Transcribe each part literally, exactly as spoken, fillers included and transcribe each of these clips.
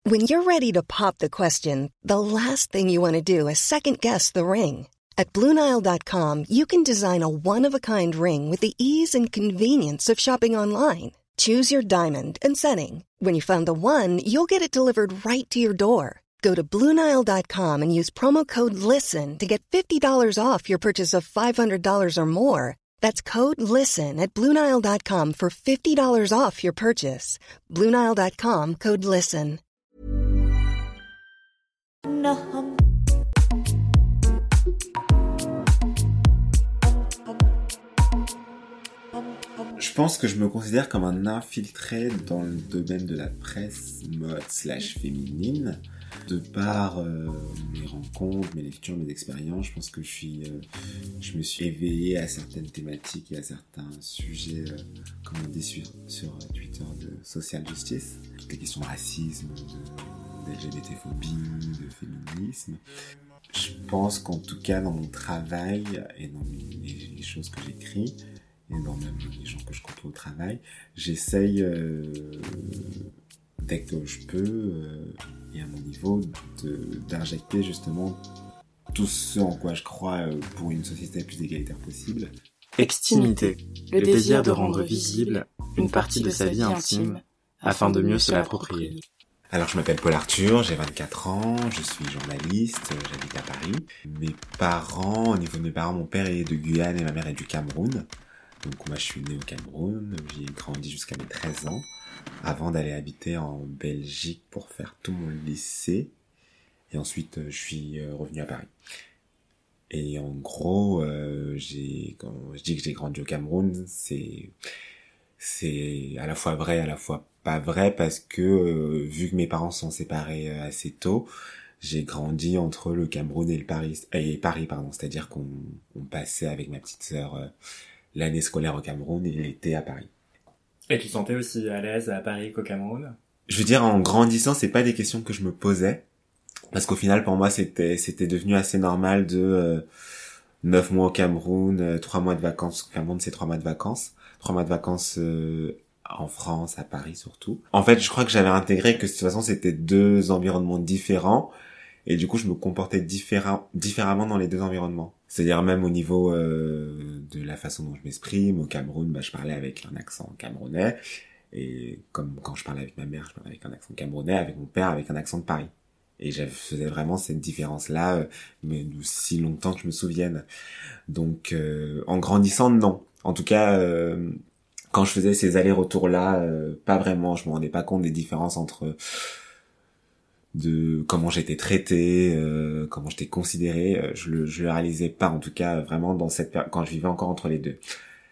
When you're ready to pop the question, the last thing you want to do is second-guess the ring. At Blue Nile dot com, you can design a one-of-a-kind ring with the ease and convenience of shopping online. Choose your diamond and setting. When you find the one, you'll get it delivered right to your door. Go to Blue Nile dot com and use promo code LISTEN to get fifty dollars off your purchase of five hundred dollars or more. That's code LISTEN at Blue Nile dot com for fifty dollars off your purchase. Blue Nile dot com, code LISTEN. Je pense que je me considère comme un infiltré dans le domaine de la presse mode slash féminine. De par euh, mes rencontres, mes lectures, mes expériences, je pense que je suis, euh, je me suis éveillé à certaines thématiques et à certains sujets, euh, comme on dit sur, sur Twitter, de social justice. Toutes les questions de racisme, de, de L G B T-phobie, de féminisme. Je pense qu'en tout cas, dans mon travail et dans les, les choses que j'écris, et dans même les gens que je côtoie au travail, j'essaye, euh, dès que je peux, euh, et à mon niveau, de, d'injecter justement tout ce en quoi je crois euh, pour une société la plus égalitaire possible. Extimité, le désir de rendre visible une partie de sa vie intime afin de mieux se l'approprier. Alors je m'appelle Paul Arthur, j'ai vingt-quatre ans, je suis journaliste, j'habite à Paris. Mes parents, au niveau de mes parents, mon père est de Guyane et ma mère est du Cameroun. Donc moi je suis né au Cameroun, j'y ai grandi jusqu'à mes treize ans, avant d'aller habiter en Belgique pour faire tout mon lycée. Et ensuite je suis revenu à Paris. Et en gros, euh, j'ai, quand je dis que j'ai grandi au Cameroun, c'est, c'est à la fois vrai, à la fois pas vrai, parce que euh, vu que mes parents sont séparés euh, assez tôt, j'ai grandi entre le Cameroun et le Paris, et Paris pardon, c'est-à-dire qu'on on passait avec ma petite sœur euh, l'année scolaire au Cameroun et l'été à Paris. Et tu te sentais aussi à l'aise à Paris qu'au Cameroun ? Je veux dire, en grandissant, c'est pas des questions que je me posais, parce qu'au final, pour moi, c'était c'était devenu assez normal de euh, neuf mois au Cameroun, euh, trois mois de vacances. Au Cameroun, c'est trois mois de vacances, trois mois de vacances euh, en France, à Paris surtout. En fait, je crois que j'avais intégré que de toute façon, c'était deux environnements différents, et du coup, je me comportais différent, différemment dans les deux environnements. C'est-à-dire même au niveau euh, de la façon dont je m'exprime. Au Cameroun, bah, je parlais avec un accent camerounais, et comme quand je parlais avec ma mère, je parlais avec un accent camerounais, avec mon père, avec un accent de Paris. Et je faisais vraiment cette différence-là, euh, mais si longtemps que je me souvienne. Donc, euh, en grandissant, non. En tout cas, euh, quand je faisais ces allers-retours-là, euh, pas vraiment. Je me rendais pas compte des différences entre de comment j'étais traité, euh, comment j'étais considéré. Euh, je le, je le réalisais pas, en tout cas, vraiment dans cette période, quand je vivais encore entre les deux.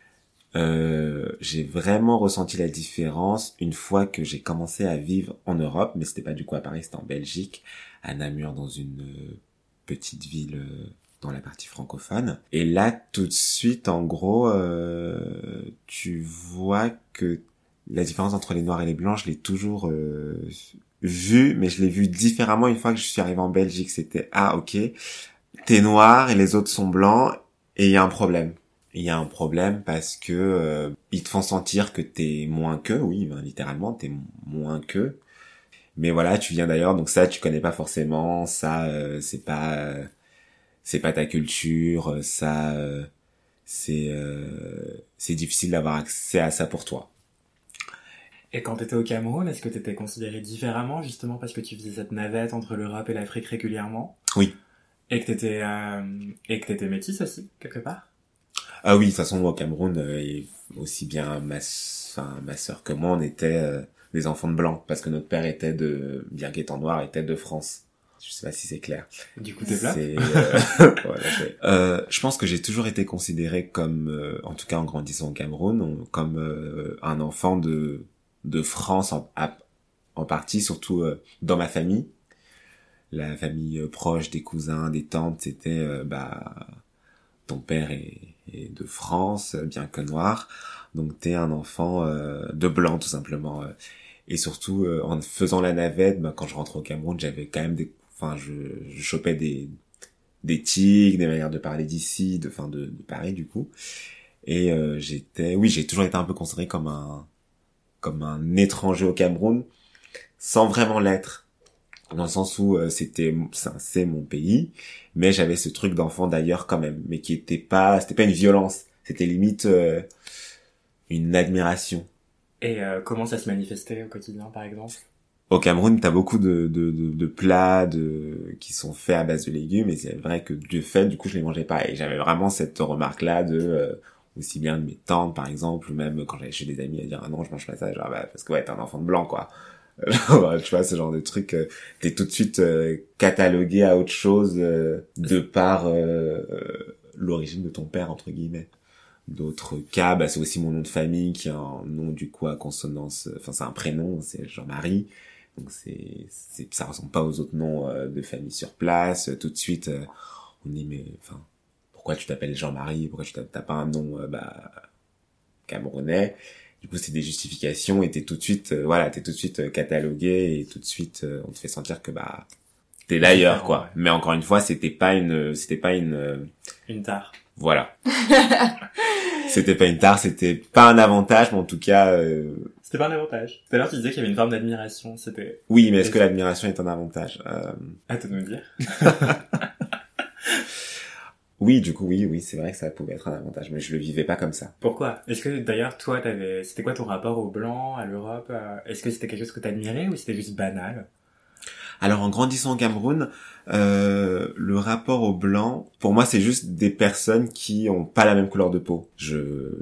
Euh, j'ai vraiment ressenti la différence une fois que j'ai commencé à vivre en Europe, mais c'était pas du coup à Paris, c'était en Belgique, à Namur, dans une euh, petite ville euh, dans la partie francophone. Et là, tout de suite, en gros, euh, tu vois que la différence entre les noirs et les blancs, je l'ai toujours euh, vue, mais je l'ai vue différemment une fois que je suis arrivé en Belgique. C'était, ah ok, t'es noir et les autres sont blancs, et il y a un problème. Il y a un problème parce que euh, ils te font sentir que t'es moins qu'eux, oui, ben, littéralement, t'es moins qu'eux. Mais voilà, tu viens d'ailleurs, donc ça, tu connais pas forcément, ça, euh, c'est pas, euh, c'est pas ta culture, ça, euh, c'est, euh, c'est difficile d'avoir accès à ça pour toi. Et quand t'étais au Cameroun, est-ce que t'étais considéré différemment, justement parce que tu faisais cette navette entre l'Europe et l'Afrique régulièrement ? Oui. Et que t'étais, euh, et que t'étais métisse aussi, quelque part ? Ah oui, de toute façon, moi, au Cameroun, euh, et aussi bien ma, enfin, ma sœur que moi, on était euh, des enfants de blanc, parce que notre père était de, bien qu'étant noir, était de France. Je sais pas si c'est clair. Du coup, t'es plat. C'est, euh, voilà, c'est... Euh, je pense que j'ai toujours été considéré comme, euh, en tout cas en grandissant au Cameroun, on, comme euh, un enfant de de France en, à, en partie, surtout euh, dans ma famille. La famille euh, proche, des cousins, des tantes, c'était euh, bah ton père est, est de France, bien que noir, donc t'es un enfant euh, de blanc tout simplement. Et surtout euh, en faisant la navette, bah, quand je rentrais au Cameroun, j'avais quand même des, enfin je, je chopais des des tics, des manières de parler d'ici, de, enfin de, de Paris du coup. Et euh, j'étais, oui, j'ai toujours été un peu considéré comme un comme un étranger au Cameroun, sans vraiment l'être. dans le sens où euh, c'était ça, c'est mon pays, mais j'avais ce truc d'enfant d'ailleurs quand même, mais qui était pas c'était pas une violence, c'était limite euh, une admiration. Et euh, comment ça se manifestait au quotidien, par exemple? Au Cameroun, t'as beaucoup de, de, de, de plats de, qui sont faits à base de légumes, et c'est vrai que de fait, du coup, je les mangeais pas. Et j'avais vraiment cette remarque-là de, euh, aussi bien de mes tantes, par exemple, ou même quand j'allais chez des amis à dire, ah non, je mange pas ça, genre, bah, parce que ouais, t'es un enfant de blanc, quoi. Genre, tu vois, ce genre de truc, euh, t'es tout de suite euh, catalogué à autre chose, euh, de par euh, euh, l'origine de ton père, entre guillemets. D'autres cas, bah, c'est aussi mon nom de famille qui a un nom du coup à consonance, enfin c'est un prénom, c'est Jean-Marie, donc c'est, c'est ça ressemble pas aux autres noms euh, de famille sur place. Tout de suite, euh, on dit mais enfin pourquoi tu t'appelles Jean-Marie, pourquoi tu t'as, t'as pas un nom euh, bah camerounais. Du coup c'est des justifications et t'es tout de suite, euh, voilà, t'es tout de suite euh, catalogué et tout de suite euh, on te fait sentir que bah t'es d'ailleurs quoi. Ouais. Mais encore une fois c'était pas une, c'était pas une euh, une tare. Voilà. C'était pas une tare, c'était pas un avantage, mais en tout cas... Euh... C'était pas un avantage. Tout à l'heure, tu disais qu'il y avait une forme d'admiration, c'était... Oui, mais est-ce que l'admiration est un avantage euh... À te nous dire. Oui, du coup, oui, oui, c'est vrai que ça pouvait être un avantage, mais je le vivais pas comme ça. Pourquoi? Est-ce que, d'ailleurs, toi, t'avais... C'était quoi ton rapport au blanc, à l'Europe? Est-ce que c'était quelque chose que t'admirais ou c'était juste banal? Alors, en grandissant au Cameroun, euh, le rapport au blanc, pour moi, c'est juste des personnes qui ont pas la même couleur de peau. Je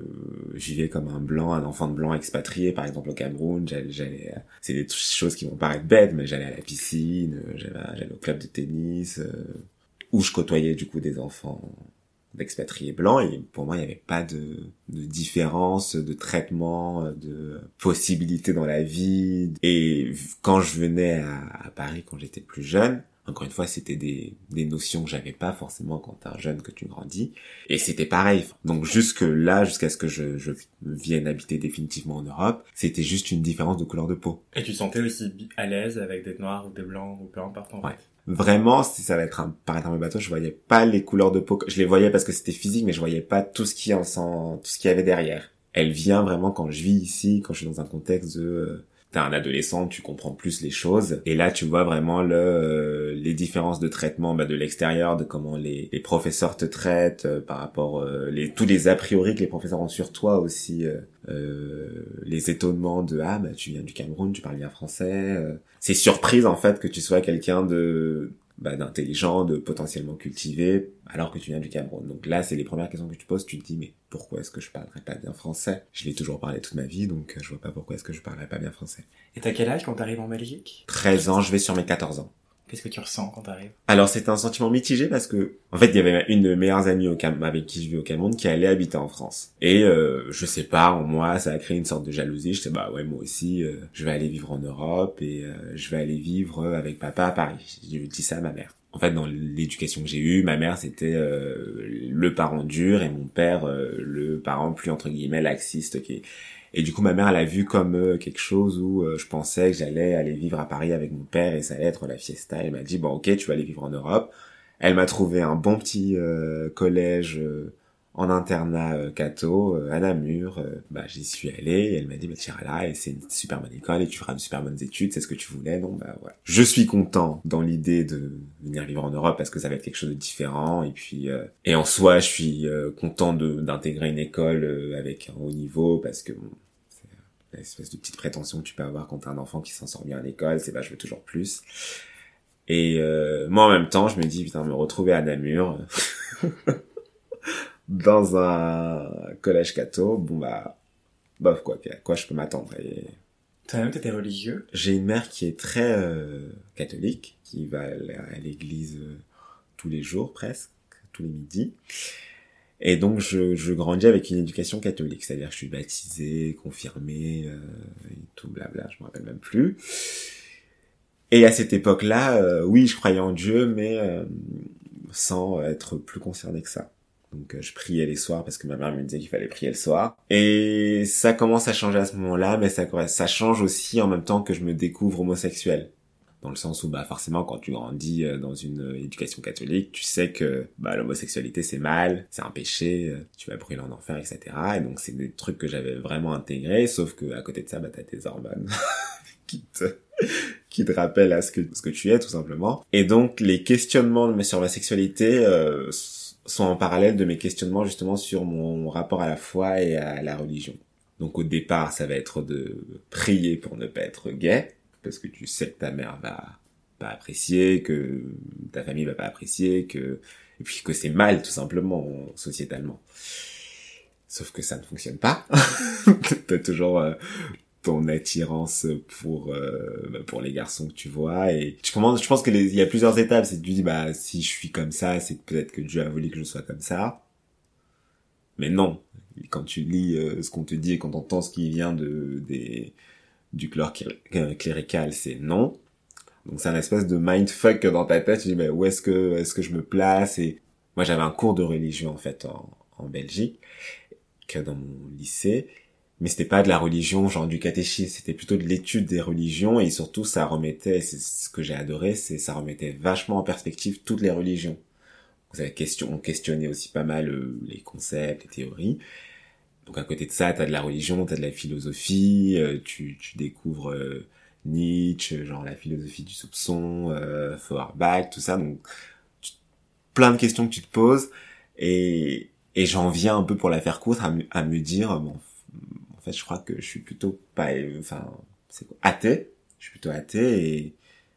vivais comme un blanc, un enfant de blanc expatrié, par exemple au Cameroun. J'allais, j'allais, c'est des choses qui vont paraître bêtes, mais j'allais à la piscine, j'allais, j'allais au club de tennis, euh, où je côtoyais du coup des enfants d'expatriés blancs, et pour moi il n'y avait pas de, de différence, de traitement, de possibilité dans la vie. Et quand je venais à, à Paris quand j'étais plus jeune, encore une fois c'était des, des notions que j'avais pas forcément quand t'es un jeune que tu grandis, et c'était pareil. Donc jusque là, jusqu'à ce que je, je vienne habiter définitivement en Europe, c'était juste une différence de couleur de peau. Et tu te sentais aussi à l'aise avec des noirs ou des blancs ou peu importe en fait. Ouais. Vraiment, si ça va être un, paraître un peu bateau, je voyais pas les couleurs de peau. Je les voyais parce que c'était physique, mais je voyais pas tout ce qui en sent, tout ce qu'il y avait derrière. Elle vient vraiment quand je vis ici, quand je suis dans un contexte de, euh, t'es un adolescent, tu comprends plus les choses. Et là, tu vois vraiment le, euh, les différences de traitement, bah, de l'extérieur, de comment les, les professeurs te traitent, euh, par rapport, euh, les, tous les a priori que les professeurs ont sur toi aussi, euh, euh, les étonnements de, ah, bah, tu viens du Cameroun, tu parles bien français, euh, c'est surprise, en fait, que tu sois quelqu'un de, bah, d'intelligent, de potentiellement cultivé, alors que tu viens du Cameroun. Donc là, c'est les premières questions que tu poses, tu te dis, mais pourquoi est-ce que je parlerais pas bien français? Je l'ai toujours parlé toute ma vie, donc je vois pas pourquoi est-ce que je parlerais pas bien français. Et t'as quel âge quand t'arrives en Belgique? treize ans, je vais sur mes quatorze ans. Qu'est-ce que tu ressens quand t'arrives? Alors, c'était un sentiment mitigé parce que, en fait, il y avait une de mes meilleures amies au Cam- avec qui je vis au Cameroun qui allait habiter en France. Et, euh, je sais pas, en moi, ça a créé une sorte de jalousie. Je sais, bah ouais, moi aussi, euh, je vais aller vivre en Europe et euh, je vais aller vivre avec papa à Paris. Je dis ça à ma mère. En fait, dans l'éducation que j'ai eue, ma mère, c'était euh, le parent dur et mon père, euh, le parent plus, entre guillemets, laxiste. Qui... Et du coup, ma mère, elle a vu comme euh, quelque chose où euh, je pensais que j'allais aller vivre à Paris avec mon père et ça allait être la fiesta. Elle m'a dit, bon, ok, tu vas aller vivre en Europe. Elle m'a trouvé un bon petit euh, collège euh, en internat euh, catho euh, à Namur. Euh, bah, j'y suis allé et elle m'a dit, bah, tu iras là et c'est une super bonne école et tu feras de super bonnes études, c'est ce que tu voulais. Donc, bah, voilà. Je suis content dans l'idée de venir vivre en Europe parce que ça va être quelque chose de différent et puis euh, et en soi, je suis euh, content de d'intégrer une école euh, avec un haut niveau parce que bon, c'est l'espèce de petite prétention que tu peux avoir quand t'as un enfant qui s'en sort bien à l'école, c'est bah je veux toujours plus. Et euh, moi en même temps, je me dis putain, me retrouver à Namur dans un collège catho, bon bah bof quoi, à quoi je peux m'attendre. Et toi-même t'étais religieux? J'ai une mère qui est très euh, catholique, qui va à l'église euh, tous les jours presque, tous les midis. Et donc je, je grandis avec une éducation catholique, c'est-à-dire que je suis baptisé, confirmé, euh, et tout blabla, je me rappelle même plus. Et à cette époque-là, euh, oui, je croyais en Dieu, mais euh, sans être plus concerné que ça. Donc euh, je priais les soirs parce que ma mère me disait qu'il fallait prier le soir. Et ça commence à changer à ce moment-là, mais ça, ça change aussi en même temps que je me découvre homosexuel. Dans le sens où, bah, forcément, quand tu grandis dans une éducation catholique, tu sais que, bah, l'homosexualité, c'est mal, c'est un péché, tu vas brûler en enfer, et cetera. Et donc, c'est des trucs que j'avais vraiment intégrés, sauf que, à côté de ça, bah, t'as tes hormones qui te qui te rappelle à ce que ce que tu es tout simplement. Et donc les questionnements sur ma sexualité euh, sont en parallèle de mes questionnements justement sur mon rapport à la foi et à la religion. Donc au départ, ça va être de prier pour ne pas être gay, parce que tu sais que ta mère va pas apprécier, que ta famille va pas apprécier, que et puis que c'est mal tout simplement sociétalement. Sauf que ça ne fonctionne pas. T'as toujours euh, ton attirance pour euh, pour les garçons que tu vois et tu commences. Je pense que les, il y a plusieurs étapes. C'est que tu dis bah si je suis comme ça, c'est que peut-être que Dieu a voulu que je sois comme ça. Mais non. Quand tu lis euh, ce qu'on te dit et quand t'entends ce qui vient de des du chlore clérical, c'est non. Donc c'est un espèce de mindfuck dans ta tête. Tu dis, mais où est-ce que, est-ce que je me place? Et moi, j'avais un cours de religion, en fait, en, en Belgique, que dans mon lycée. Mais c'était pas de la religion, genre du catéchisme. C'était plutôt de l'étude des religions. Et surtout, ça remettait, c'est ce que j'ai adoré, c'est, ça remettait vachement en perspective toutes les religions. Donc, ça question, on questionnait aussi pas mal euh, les concepts, les théories. Donc, à côté de ça, t'as de la religion, t'as de la philosophie, euh, tu, tu découvres, euh, Nietzsche, genre la philosophie du soupçon, euh, Feuerbach, tout ça, donc tu, plein de questions que tu te poses et et j'en viens un peu pour la faire courte à, m- à me dire bon en fait je crois que je suis plutôt pas enfin c'est quoi athée, je suis plutôt athée et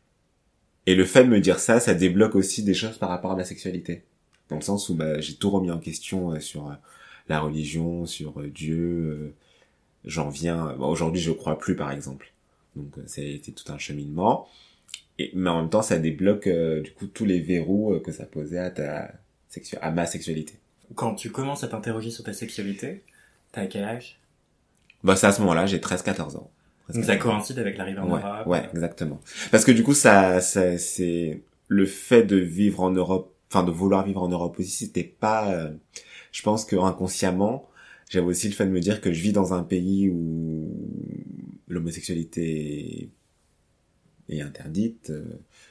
et le fait de me dire ça, ça débloque aussi des choses par rapport à ma sexualité dans le sens où bah j'ai tout remis en question euh, sur euh, la religion, sur euh, Dieu, euh, j'en viens bah, aujourd'hui je crois plus par exemple. Donc ça a été tout un cheminement, et mais en même temps ça débloque euh, du coup tous les verrous euh, que ça posait à ta sexu- à ma sexualité. Quand tu commences à t'interroger sur ta sexualité, t'as quel âge? Bah c'est à ce moment-là, j'ai treize quatorze ans. Donc ça coïncide avec l'arrivée en ouais, Europe. Ouais, exactement. Parce que du coup ça, ça c'est le fait de vivre en Europe, enfin de vouloir vivre en Europe aussi, c'était pas euh, je pense que inconsciemment, j'avais aussi le fait de me dire que je vis dans un pays où l'homosexualité est interdite, euh,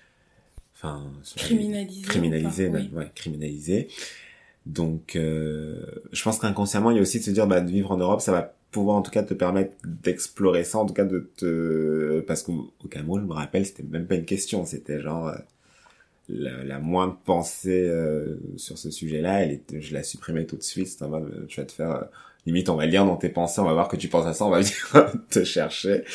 enfin criminalisée, criminalisée même, oui. ouais, criminalisée. Donc, euh, je pense qu'inconsciemment, il y a aussi de se dire, bah, de vivre en Europe, ça va pouvoir en tout cas te permettre d'explorer ça, en tout cas de te, parce qu'au au Cameroun, je me rappelle, c'était même pas une question, c'était genre euh, la, la moindre pensée euh, sur ce sujet-là, elle est, je la supprimais tout de suite. C'était en mode, tu vas te faire euh, limite, on va lire dans tes pensées, on va voir que tu penses à ça, on va venir te chercher.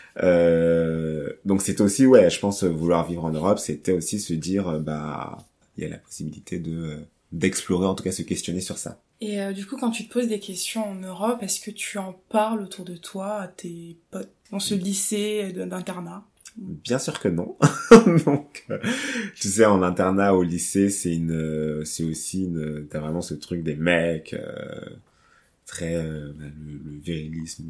Euh, donc c'était aussi, ouais, je pense vouloir vivre en Europe, c'était aussi se dire, euh, bah, il y a la possibilité de d'explorer, en tout cas se questionner sur ça. Et euh, du coup, quand tu te poses des questions en Europe, est-ce que tu en parles autour de toi à tes potes dans ce lycée d'internat? Bien sûr que non. Donc, euh, tu sais, en internat, au lycée, c'est une, c'est aussi une, t'as vraiment ce truc des mecs, euh, très, euh, bah, le, le virilisme,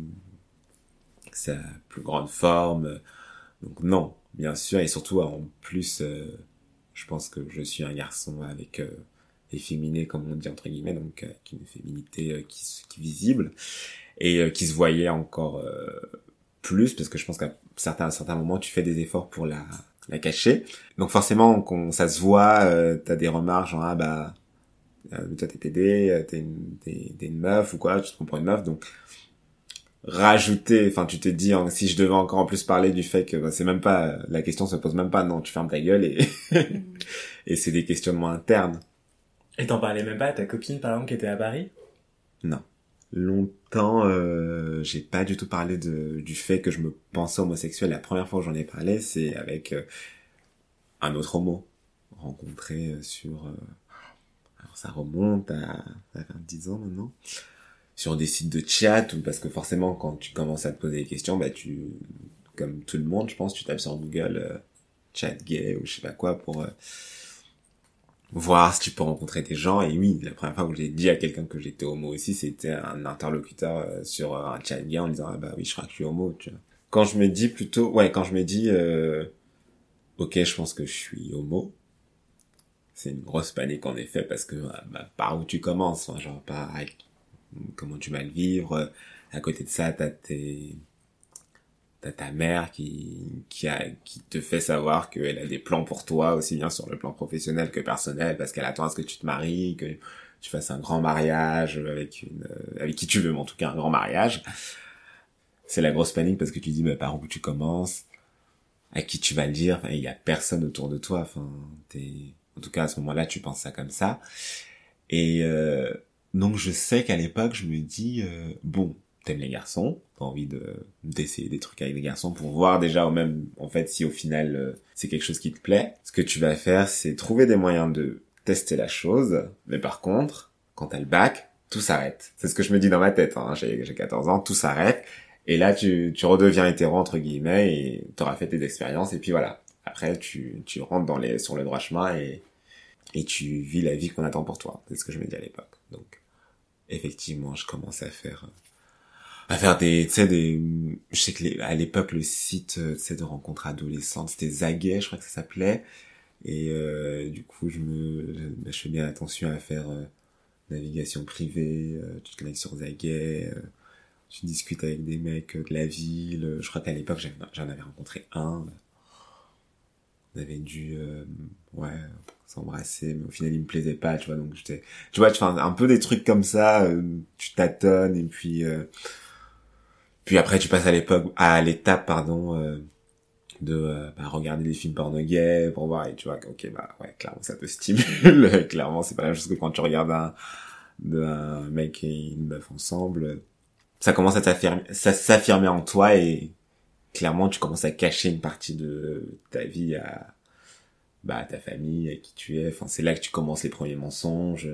sa plus grande forme. Donc non, bien sûr, et surtout en plus, euh, je pense que je suis un garçon avec euh, efféminé, comme on dit entre guillemets, donc euh, avec une féminité euh, qui, qui visible et euh, qui se voyait encore euh, plus, parce que je pense qu'à certains, à certains moments, tu fais des efforts pour la, la cacher. Donc forcément, quand ça se voit, euh, t'as des remarques genre ah bah euh, toi t'es pédé, t'es une, t'es, t'es une meuf ou quoi, tu te prends pour une meuf, donc rajouter, enfin tu te dis hein, si je devais encore en plus parler du fait que bah, c'est même pas, la question se pose même pas, non tu fermes ta gueule et et c'est des questionnements internes. Et t'en parlais même pas à ta copine par exemple qui était à Paris? Non. Longtemps, euh, j'ai pas du tout parlé de du fait que je me pensais homosexuel. La première fois que j'en ai parlé, c'est avec euh, un autre homo rencontré euh, sur. Euh, alors ça remonte à, à dix ans maintenant. Sur des sites de chat ou parce que forcément quand tu commences à te poser des questions, bah tu, comme tout le monde, je pense, tu tapes sur Google euh, chat gay ou je sais pas quoi pour euh, voir si tu peux rencontrer des gens. Et oui, la première fois que j'ai dit à quelqu'un que j'étais homo aussi, c'était un interlocuteur euh, sur un chat gay en disant ah bah oui, je crois que je suis homo, tu vois. Quand je me dis plutôt, ouais, quand je me dis euh, ok, je pense que je suis homo, c'est une grosse panique en effet parce que bah, par où tu commences, enfin, genre par comment tu vas le vivre. À côté de ça, t'as tes, t'as ta mère qui, qui a, qui te fait savoir qu'elle a des plans pour toi, aussi bien sur le plan professionnel que personnel, parce qu'elle attend à ce que tu te maries, que tu fasses un grand mariage avec une, avec qui tu veux, mais en tout cas un grand mariage. C'est la grosse panique parce que tu dis, mais par où tu commences? à qui tu vas le dire. Enfin, il y a personne autour de toi. Enfin, t'es, en tout cas, à ce moment-là, tu penses ça comme ça. Et euh, donc, je sais qu'à l'époque, je me dis, euh, bon, t'aimes les garçons, t'as envie de d'essayer des trucs avec les garçons pour voir déjà, au même, en fait, si au final, euh, c'est quelque chose qui te plaît. Ce que tu vas faire, c'est trouver des moyens de tester la chose. Mais par contre, quand t'as le bac, tout s'arrête. C'est ce que je me dis dans ma tête, hein. J'ai, j'ai quatorze ans, tout s'arrête. Et là, tu, tu redeviens hétéro, entre guillemets, et t'auras fait tes expériences, et puis voilà. Après, tu, tu rentres dans les, sur le droit chemin, et, et tu vis la vie qu'on attend pour toi. C'est ce que je me dis à l'époque. Donc, effectivement, je commence à faire, à faire des, tu sais, des, je sais que les, à l'époque, le site, tu sais, de rencontres adolescentes, c'était Zaguet, je crois que ça s'appelait. Et, euh, du coup, je me, je, je fais bien attention à faire, euh, navigation privée, euh, tu te connectes sur Zaguet, euh, tu discutes avec des mecs de la ville. Je crois qu'à l'époque, j'en, j'en avais rencontré un. On avait dû, euh, ouais, s'embrasser, mais au final, il me plaisait pas, tu vois. Donc, j'étais, tu vois, tu fais un, un peu des trucs comme ça, euh, tu tâtonnes, et puis, euh, puis après, tu passes à l'époque, à l'étape, pardon, euh, de euh, bah, regarder des films porno gays pour voir, et tu vois, ok, bah, ouais, clairement, ça te stimule. Clairement, c'est pas la même chose que quand tu regardes un, de un mec et une meuf ensemble. Ça commence à s'affirmer, ça s'affirmer en toi, et clairement tu commences à cacher une partie de ta vie à, bah, à ta famille, à qui tu es. Enfin, c'est là que tu commences les premiers mensonges.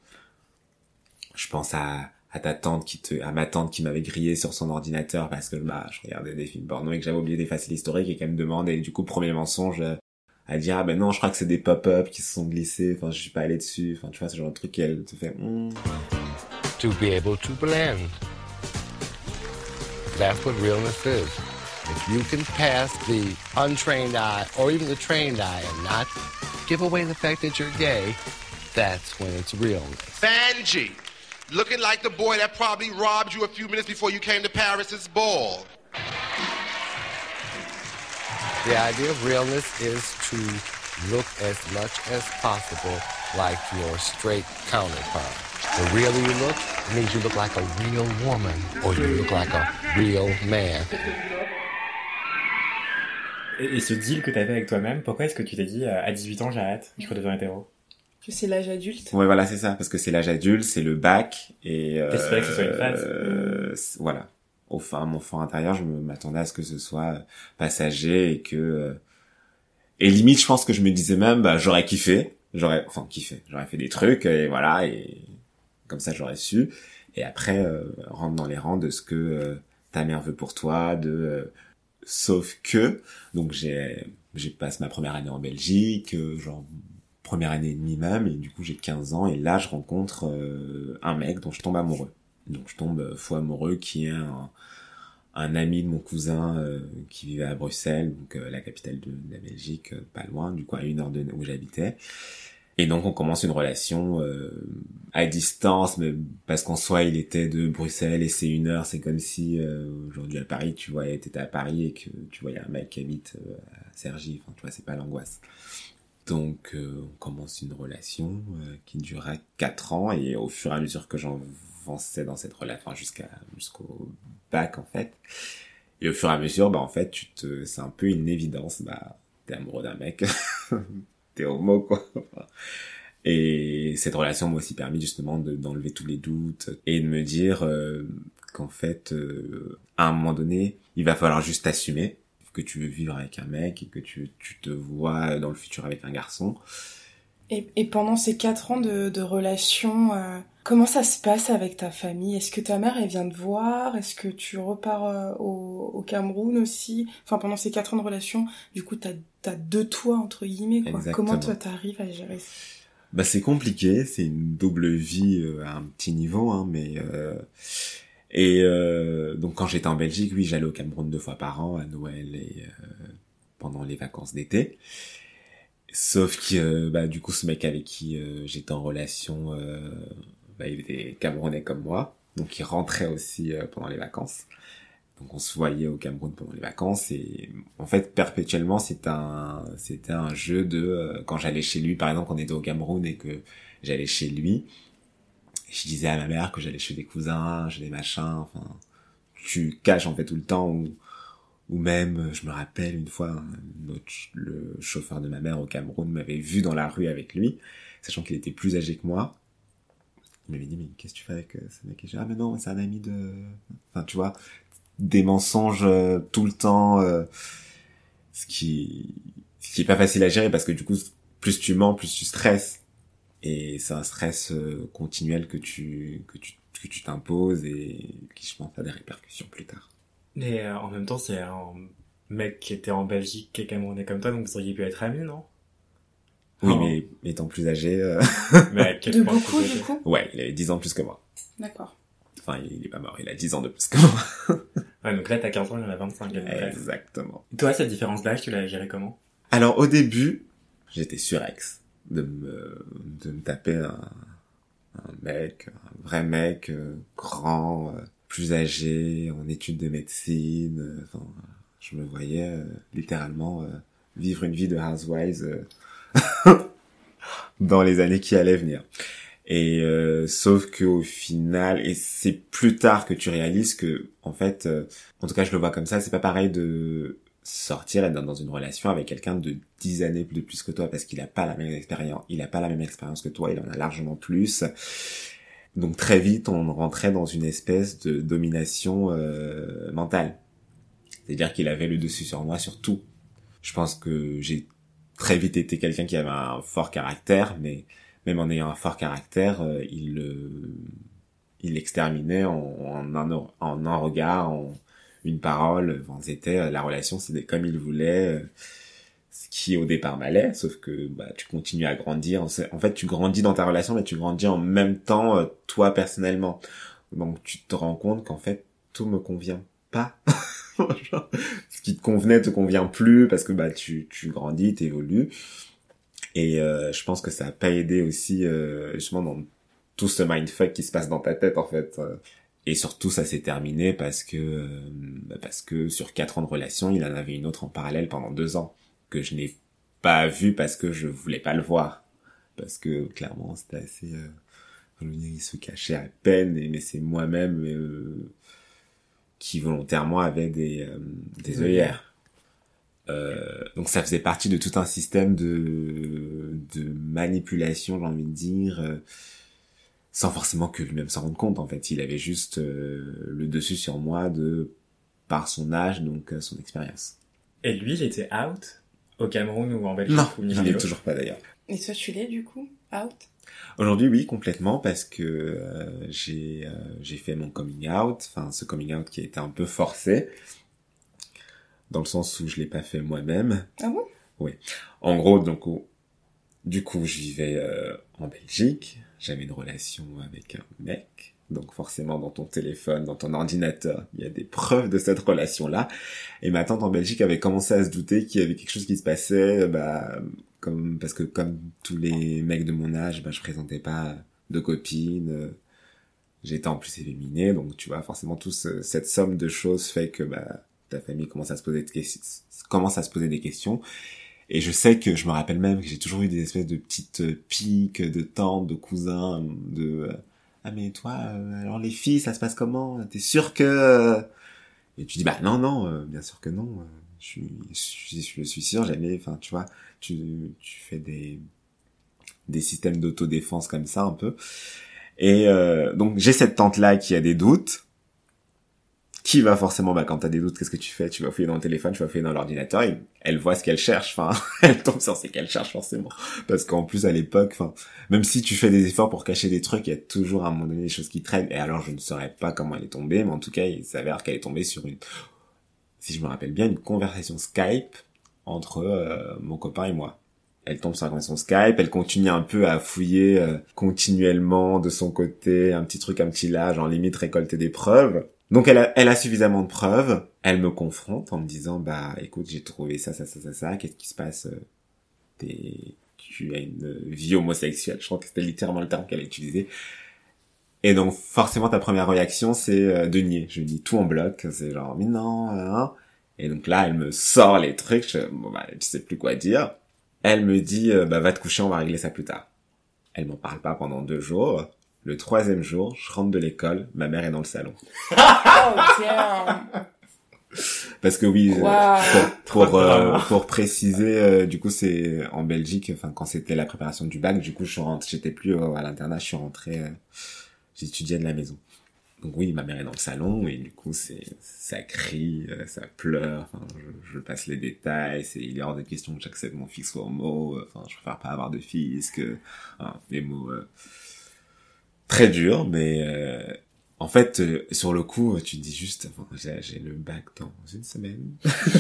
Je pense à, à ta tante qui te, à ma tante qui m'avait grillé sur son ordinateur parce que, bah, je regardais des films porno et que j'avais oublié d'effacer l'historique, et qu'elle me demande, et du coup, premier mensonge, à dire, ah ben non, je crois que c'est des pop-up qui se sont glissés, enfin, je suis pas allé dessus, enfin, tu vois, ce genre de truc, elle te fait, mm. To be able to blend. That's what realness is. If you can pass the untrained eye or even the trained eye and not give away the fact that you're gay, that's when it's realness. Vanjie, looking like the boy that probably robbed you a few minutes before you came to Paris's ball. The idea of realness is to look as much as possible like your straight counterpart. The realer you look, it means you look like a real woman or you look like a real man. Et, et ce deal que t'avais avec toi-même, pourquoi est-ce que tu t'es dit euh, à dix-huit ans j'arrête, je redeviens hétéro? Que c'est l'âge adulte. Ouais, voilà, c'est ça, parce que c'est l'âge adulte, c'est le bac, et euh, t'espérais que ce soit une phase. Euh, voilà. Au fond, mon fond intérieur, je m'attendais à ce que ce soit passager, et que euh, et limite, je pense que je me disais même, bah, j'aurais kiffé, j'aurais, enfin, kiffé, j'aurais fait des trucs, et voilà, et comme ça, j'aurais su. Et après, euh, rentre dans les rangs de ce que euh, ta mère veut pour toi, de euh, sauf que, donc j'ai, j'ai passé ma première année en Belgique, euh, genre première année et demie même, et du coup j'ai quinze ans, et là je rencontre euh, un mec dont je tombe amoureux. Donc je tombe euh, fou amoureux, qui est un, un ami de mon cousin euh, qui vivait à Bruxelles, donc euh, la capitale de, de la Belgique, euh, pas loin, du coup à une heure de où j'habitais. Et donc on commence une relation euh, à distance, mais parce qu'en soi il était de Bruxelles et c'est une heure, c'est comme si euh, aujourd'hui à Paris tu voyais, t'étais à Paris et que tu voyais un mec qui habite euh, à Cergy, enfin tu vois, c'est pas l'angoisse. Donc euh, on commence une relation euh, qui dura quatre ans, et au fur et à mesure que j'avançais dans cette relation, enfin jusqu'à jusqu'au bac en fait, et au fur et à mesure, bah en fait tu te, c'est un peu une évidence, bah t'es amoureux d'un mec. T'es homo, quoi. Et cette relation m'a aussi permis justement de, d'enlever tous les doutes et de me dire euh, qu'en fait, euh, à un moment donné, il va falloir juste t'assumer que tu veux vivre avec un mec et que tu, tu te vois dans le futur avec un garçon. Et, et pendant ces quatre ans de, de relation, euh, comment ça se passe avec ta famille? Est-ce que ta mère, elle vient te voir? Est-ce que tu repars euh, au, au Cameroun aussi? Enfin, pendant ces quatre ans de relation, du coup, t'as, t'as deux toits, entre guillemets, quoi. Exactement. Comment toi, t'arrives à gérer ça? Bah, c'est compliqué, c'est une double vie euh, à un petit niveau, hein, mais... Euh... Et euh, donc, quand j'étais en Belgique, oui, j'allais au Cameroun deux fois par an, à Noël et euh, pendant les vacances d'été. Sauf que, bah, du coup, ce mec avec qui euh, j'étais en relation, euh, bah, il était camerounais comme moi, donc il rentrait aussi euh, pendant les vacances. Donc on se voyait au Cameroun pendant les vacances, et en fait, perpétuellement, c'était un, c'était un jeu de, euh, quand j'allais chez lui, par exemple, on était au Cameroun et que j'allais chez lui, je disais à ma mère que j'allais chez des cousins, chez des machins, enfin, tu caches en fait tout le temps où, Ou même, je me rappelle une fois, un autre, le chauffeur de ma mère au Cameroun m'avait vu dans la rue avec lui, sachant qu'il était plus âgé que moi. Il m'avait dit, mais qu'est-ce que tu fais avec euh, ce mec? Et j'ai dit, ah mais non, c'est un ami de... Enfin, tu vois, des mensonges euh, tout le temps, euh, ce qui ce qui est pas facile à gérer, parce que du coup, plus tu mens, plus tu stresses. Et c'est un stress euh, continuel que tu que tu que tu t'imposes et qui, je pense, a des répercussions plus tard. Mais euh, en même temps, c'est un mec qui était en Belgique, qui est camerounais comme toi, donc vous auriez pu être amis, non? Oui, Oh. mais étant plus âgé... Euh... Mais à quel De point beaucoup, plus âgé? du coup? Ouais, il avait dix ans de plus que moi. D'accord. Enfin, il est pas mort, il a dix ans de plus que moi. Ouais, donc là, t'as quinze ans, il en a vingt-cinq. À peu près. Exactement. Toi, cette différence d'âge, tu l'as gérée comment? Alors, au début, j'étais surex de me, de me taper un, un mec, un vrai mec, euh, grand, euh, plus âgé, en études de médecine. Euh, enfin, je me voyais euh, littéralement euh, vivre une vie de housewives euh, dans les années qui allaient venir. Et euh, sauf que au final, et c'est plus tard que tu réalises que, en fait, euh, en tout cas je le vois comme ça, c'est pas pareil de sortir et d'être dans une relation avec quelqu'un de dix années de plus que toi, parce qu'il a pas la même expérience, il a pas la même expérience que toi, il en a largement plus. Donc très vite, on rentrait dans une espèce de domination euh, mentale. C'est-à-dire qu'il avait le dessus sur moi sur tout. Je pense que j'ai très vite été quelqu'un qui avait un fort caractère, mais même en ayant un fort caractère, euh, il euh, il l'exterminait en, en, un, en un regard, en une parole. Enfin, c'était euh, la relation, c'était comme il voulait, euh, ce qui au départ m'allait, sauf que bah tu continues à grandir. En fait, tu grandis dans ta relation, mais tu grandis en même temps euh, toi personnellement. Donc tu te rends compte qu'en fait tout me convient pas. Ce qui te convenait te convient plus parce que bah tu tu grandis, t'évolues. Et euh, je pense que ça a pas aidé aussi euh, justement dans tout ce mindfuck qui se passe dans ta tête en fait. Et surtout ça s'est terminé parce que euh, parce que sur quatre ans de relation, il en avait une autre en parallèle pendant deux ans que je n'ai pas vue parce que je voulais pas le voir. Parce que clairement c'était assez... Euh, je veux dire, il se cachait à peine, et, mais c'est moi-même euh, qui volontairement avait des, euh, des œillères. Euh, donc ça faisait partie de tout un système de de manipulation, j'ai envie de dire, euh, sans forcément que lui-même s'en rende compte. En fait, il avait juste euh, le dessus sur moi de par son âge, donc euh, son expérience. Et lui, il était out au Cameroun ou en Belgique? Non, ou ni il l'un ni l'est l'autre? toujours pas d'ailleurs. Et toi, tu l'es, du coup? Out? Aujourd'hui, oui, complètement, parce que euh, j'ai euh, j'ai fait mon coming out, enfin ce coming out qui a été un peu forcé. Dans le sens où je l'ai pas fait moi-même. Ah bon? Oui. En gros, donc, où, du coup, je vivais euh, en Belgique. J'avais une relation avec un mec. Donc, forcément, dans ton téléphone, dans ton ordinateur, il y a des preuves de cette relation-là. Et ma tante en Belgique avait commencé à se douter qu'il y avait quelque chose qui se passait, bah, comme, parce que comme tous les mecs de mon âge, bah, je présentais pas de copine. J'étais en plus efféminé. Donc, tu vois, forcément, toute cette somme de choses fait que, bah, ta famille commence à se poser des questions, commence à se poser des questions. Et je sais que je me rappelle même que j'ai toujours eu des espèces de petites piques de tantes, de cousins, de ah mais toi euh, alors les filles ça se passe comment? T'es sûr que... Et tu dis bah non non euh, bien sûr que non. Je suis je, je suis sûr jamais. Enfin tu vois tu tu fais des des systèmes d'autodéfense comme ça un peu. Et euh, donc j'ai cette tante là qui a des doutes. Qui va forcément, bah, quand t'as des doutes, qu'est-ce que tu fais? Tu vas fouiller dans le téléphone, tu vas fouiller dans l'ordinateur, et elle voit ce qu'elle cherche, enfin, elle tombe sur ce qu'elle cherche forcément. Parce qu'en plus, à l'époque, enfin, même si tu fais des efforts pour cacher des trucs, il y a toujours à un moment donné des choses qui traînent, et alors je ne saurais pas comment elle est tombée, mais en tout cas, il s'avère qu'elle est tombée sur une, si je me rappelle bien, une conversation Skype entre euh, mon copain et moi. Elle tombe sur la conversation Skype, elle continue un peu à fouiller euh, continuellement de son côté, un petit truc, un petit là, genre limite récolter des preuves. Donc elle a, elle a suffisamment de preuves, elle me confronte en me disant bah écoute j'ai trouvé ça ça ça ça ça, qu'est-ce qui se passe? T'es, tu as une vie homosexuelle, je crois que c'était littéralement le terme qu'elle a utilisé. Et donc forcément ta première réaction c'est de nier, je nie tout en bloc, c'est genre mais non, hein. Et donc là elle me sort les trucs, je, bon bah je sais plus quoi dire. Elle me dit bah va te coucher, on va régler ça plus tard. Elle m'en parle pas pendant deux jours. Le troisième jour, je rentre de l'école, ma mère est dans le salon. Oh, damn. Parce que oui, Wow. euh, pour pour, euh, pour préciser, euh, du coup c'est en Belgique, enfin quand c'était la préparation du bac, du coup je suis rentré, j'étais plus euh, à l'internat, je suis rentré, euh, j'étudiais de la maison. Donc oui, ma mère est dans le salon et du coup c'est ça crie, euh, ça pleure, enfin je, je passe les détails, c'est il est hors de question que j'accède mon fils soit homo, enfin je préfère pas avoir de fils que hein, des mots euh, très durs, mais euh, en fait, euh, sur le coup, tu te dis juste, enfin, j'ai, j'ai le bac dans une semaine.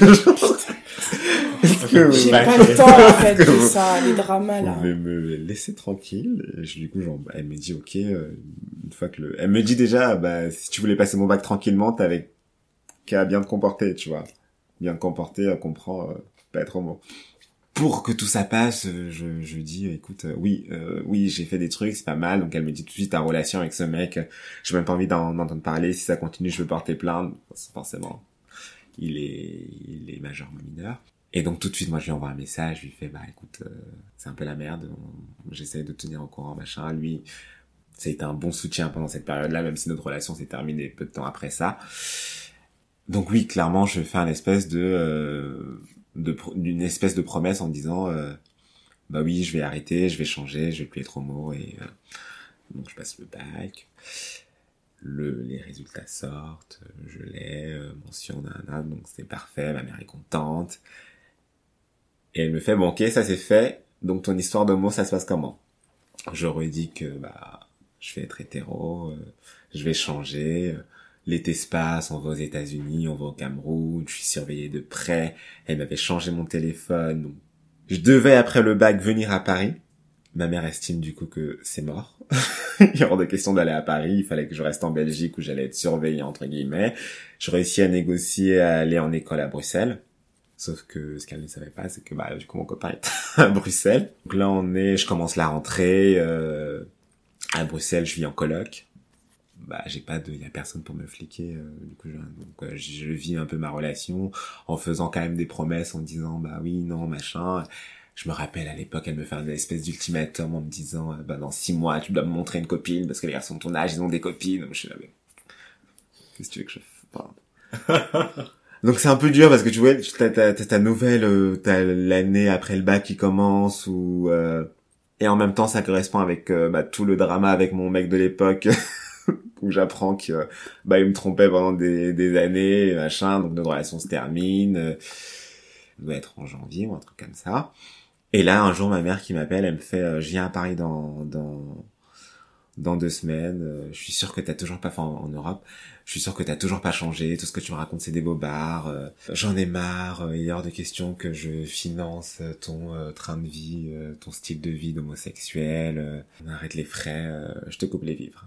Est-ce que J'ai Bah, pas le temps, en fait, que de vous- ça, les dramas, vous là. pouvez me laisser tranquille. Et je, du coup, genre, bah, elle me dit, ok, euh, une fois que le, elle me dit déjà, bah, si tu voulais passer mon bac tranquillement, t'avais qu'à bien te comporter, tu vois. Bien te comporter, elle comprend, euh, pas être homo. Pour que tout ça passe, euh, je, je dis, écoute, euh, oui, euh, oui, j'ai fait des trucs, c'est pas mal. Donc elle me dit tout de suite, ta relation avec ce mec, euh, j'ai même pas envie d'en, d'entendre parler. Si ça continue, je veux porter plainte. Forcément, il est, il est majeur ou mineur. Et donc tout de suite, moi, je lui envoie un message, je lui fais, bah écoute, euh, c'est un peu la merde. On- J'essaie de tenir au courant, machin. Lui, ça a été un bon soutien pendant cette période-là, même si notre relation s'est terminée peu de temps après ça. Donc oui, clairement, je fais un espèce de, euh, de pro- d'une espèce de promesse en me disant, euh, bah oui, je vais arrêter, je vais changer, je vais plus être homo et euh, donc je passe le bac. Le, les résultats sortent, je l'ai, euh, mention nanana, donc c'est parfait, ma mère est contente. Et elle me fait, bon ok, ça c'est fait, donc ton histoire d'homo, ça se passe comment? Je redis que bah je vais être hétéro, euh, je vais changer. euh, L'été se passe, on va aux États-Unis, on va au Cameroun, je suis surveillé de près. Elle m'avait changé mon téléphone. Donc je devais après le bac venir à Paris. Ma mère estime du coup que c'est mort. Il y a hors de question d'aller à Paris. Il fallait que je reste en Belgique où j'allais être surveillé entre guillemets. Je réussis à négocier à aller en école à Bruxelles. Sauf que ce qu'elle ne savait pas, c'est que bah du coup mon copain est à Bruxelles. Donc là on est, je commence la rentrée euh, à Bruxelles, je vis en coloc. Bah j'ai pas de, y a personne pour me fliquer. Euh, du coup je, donc euh, je, je vis un peu ma relation en faisant quand même des promesses, en disant bah oui non machin. Je me rappelle à l'époque, elle me fait une espèce d'ultimatum en me disant euh, bah dans six mois tu dois me montrer une copine parce que les garçons de ton âge ils ont des copines. Donc je suis là mais qu'est-ce que tu veux que je fasse? Donc c'est un peu dur parce que tu vois, t'as, t'as, t'as ta nouvelle, euh, t'as l'année après le bac qui commence ou euh, et en même temps ça correspond avec euh, bah, tout le drama avec mon mec de l'époque où j'apprends que euh, bah il me trompait pendant des, des années, machin, donc notre relation se termine. Euh, ça doit être en janvier ou un truc comme ça. Et là un jour ma mère qui m'appelle, elle me fait, euh, je viens à Paris dans dans dans deux semaines. Euh, je suis sûr que t'as toujours pas, enfin en, en Europe. Je suis sûr que t'as toujours pas changé. Tout ce que tu me racontes, c'est des bobards. Euh, j'en ai marre. Euh, il est hors de question que je finance euh, ton euh, train de vie, euh, ton style de vie d'homosexuel. Euh, on arrête les frais. Euh, je te coupe les vivres.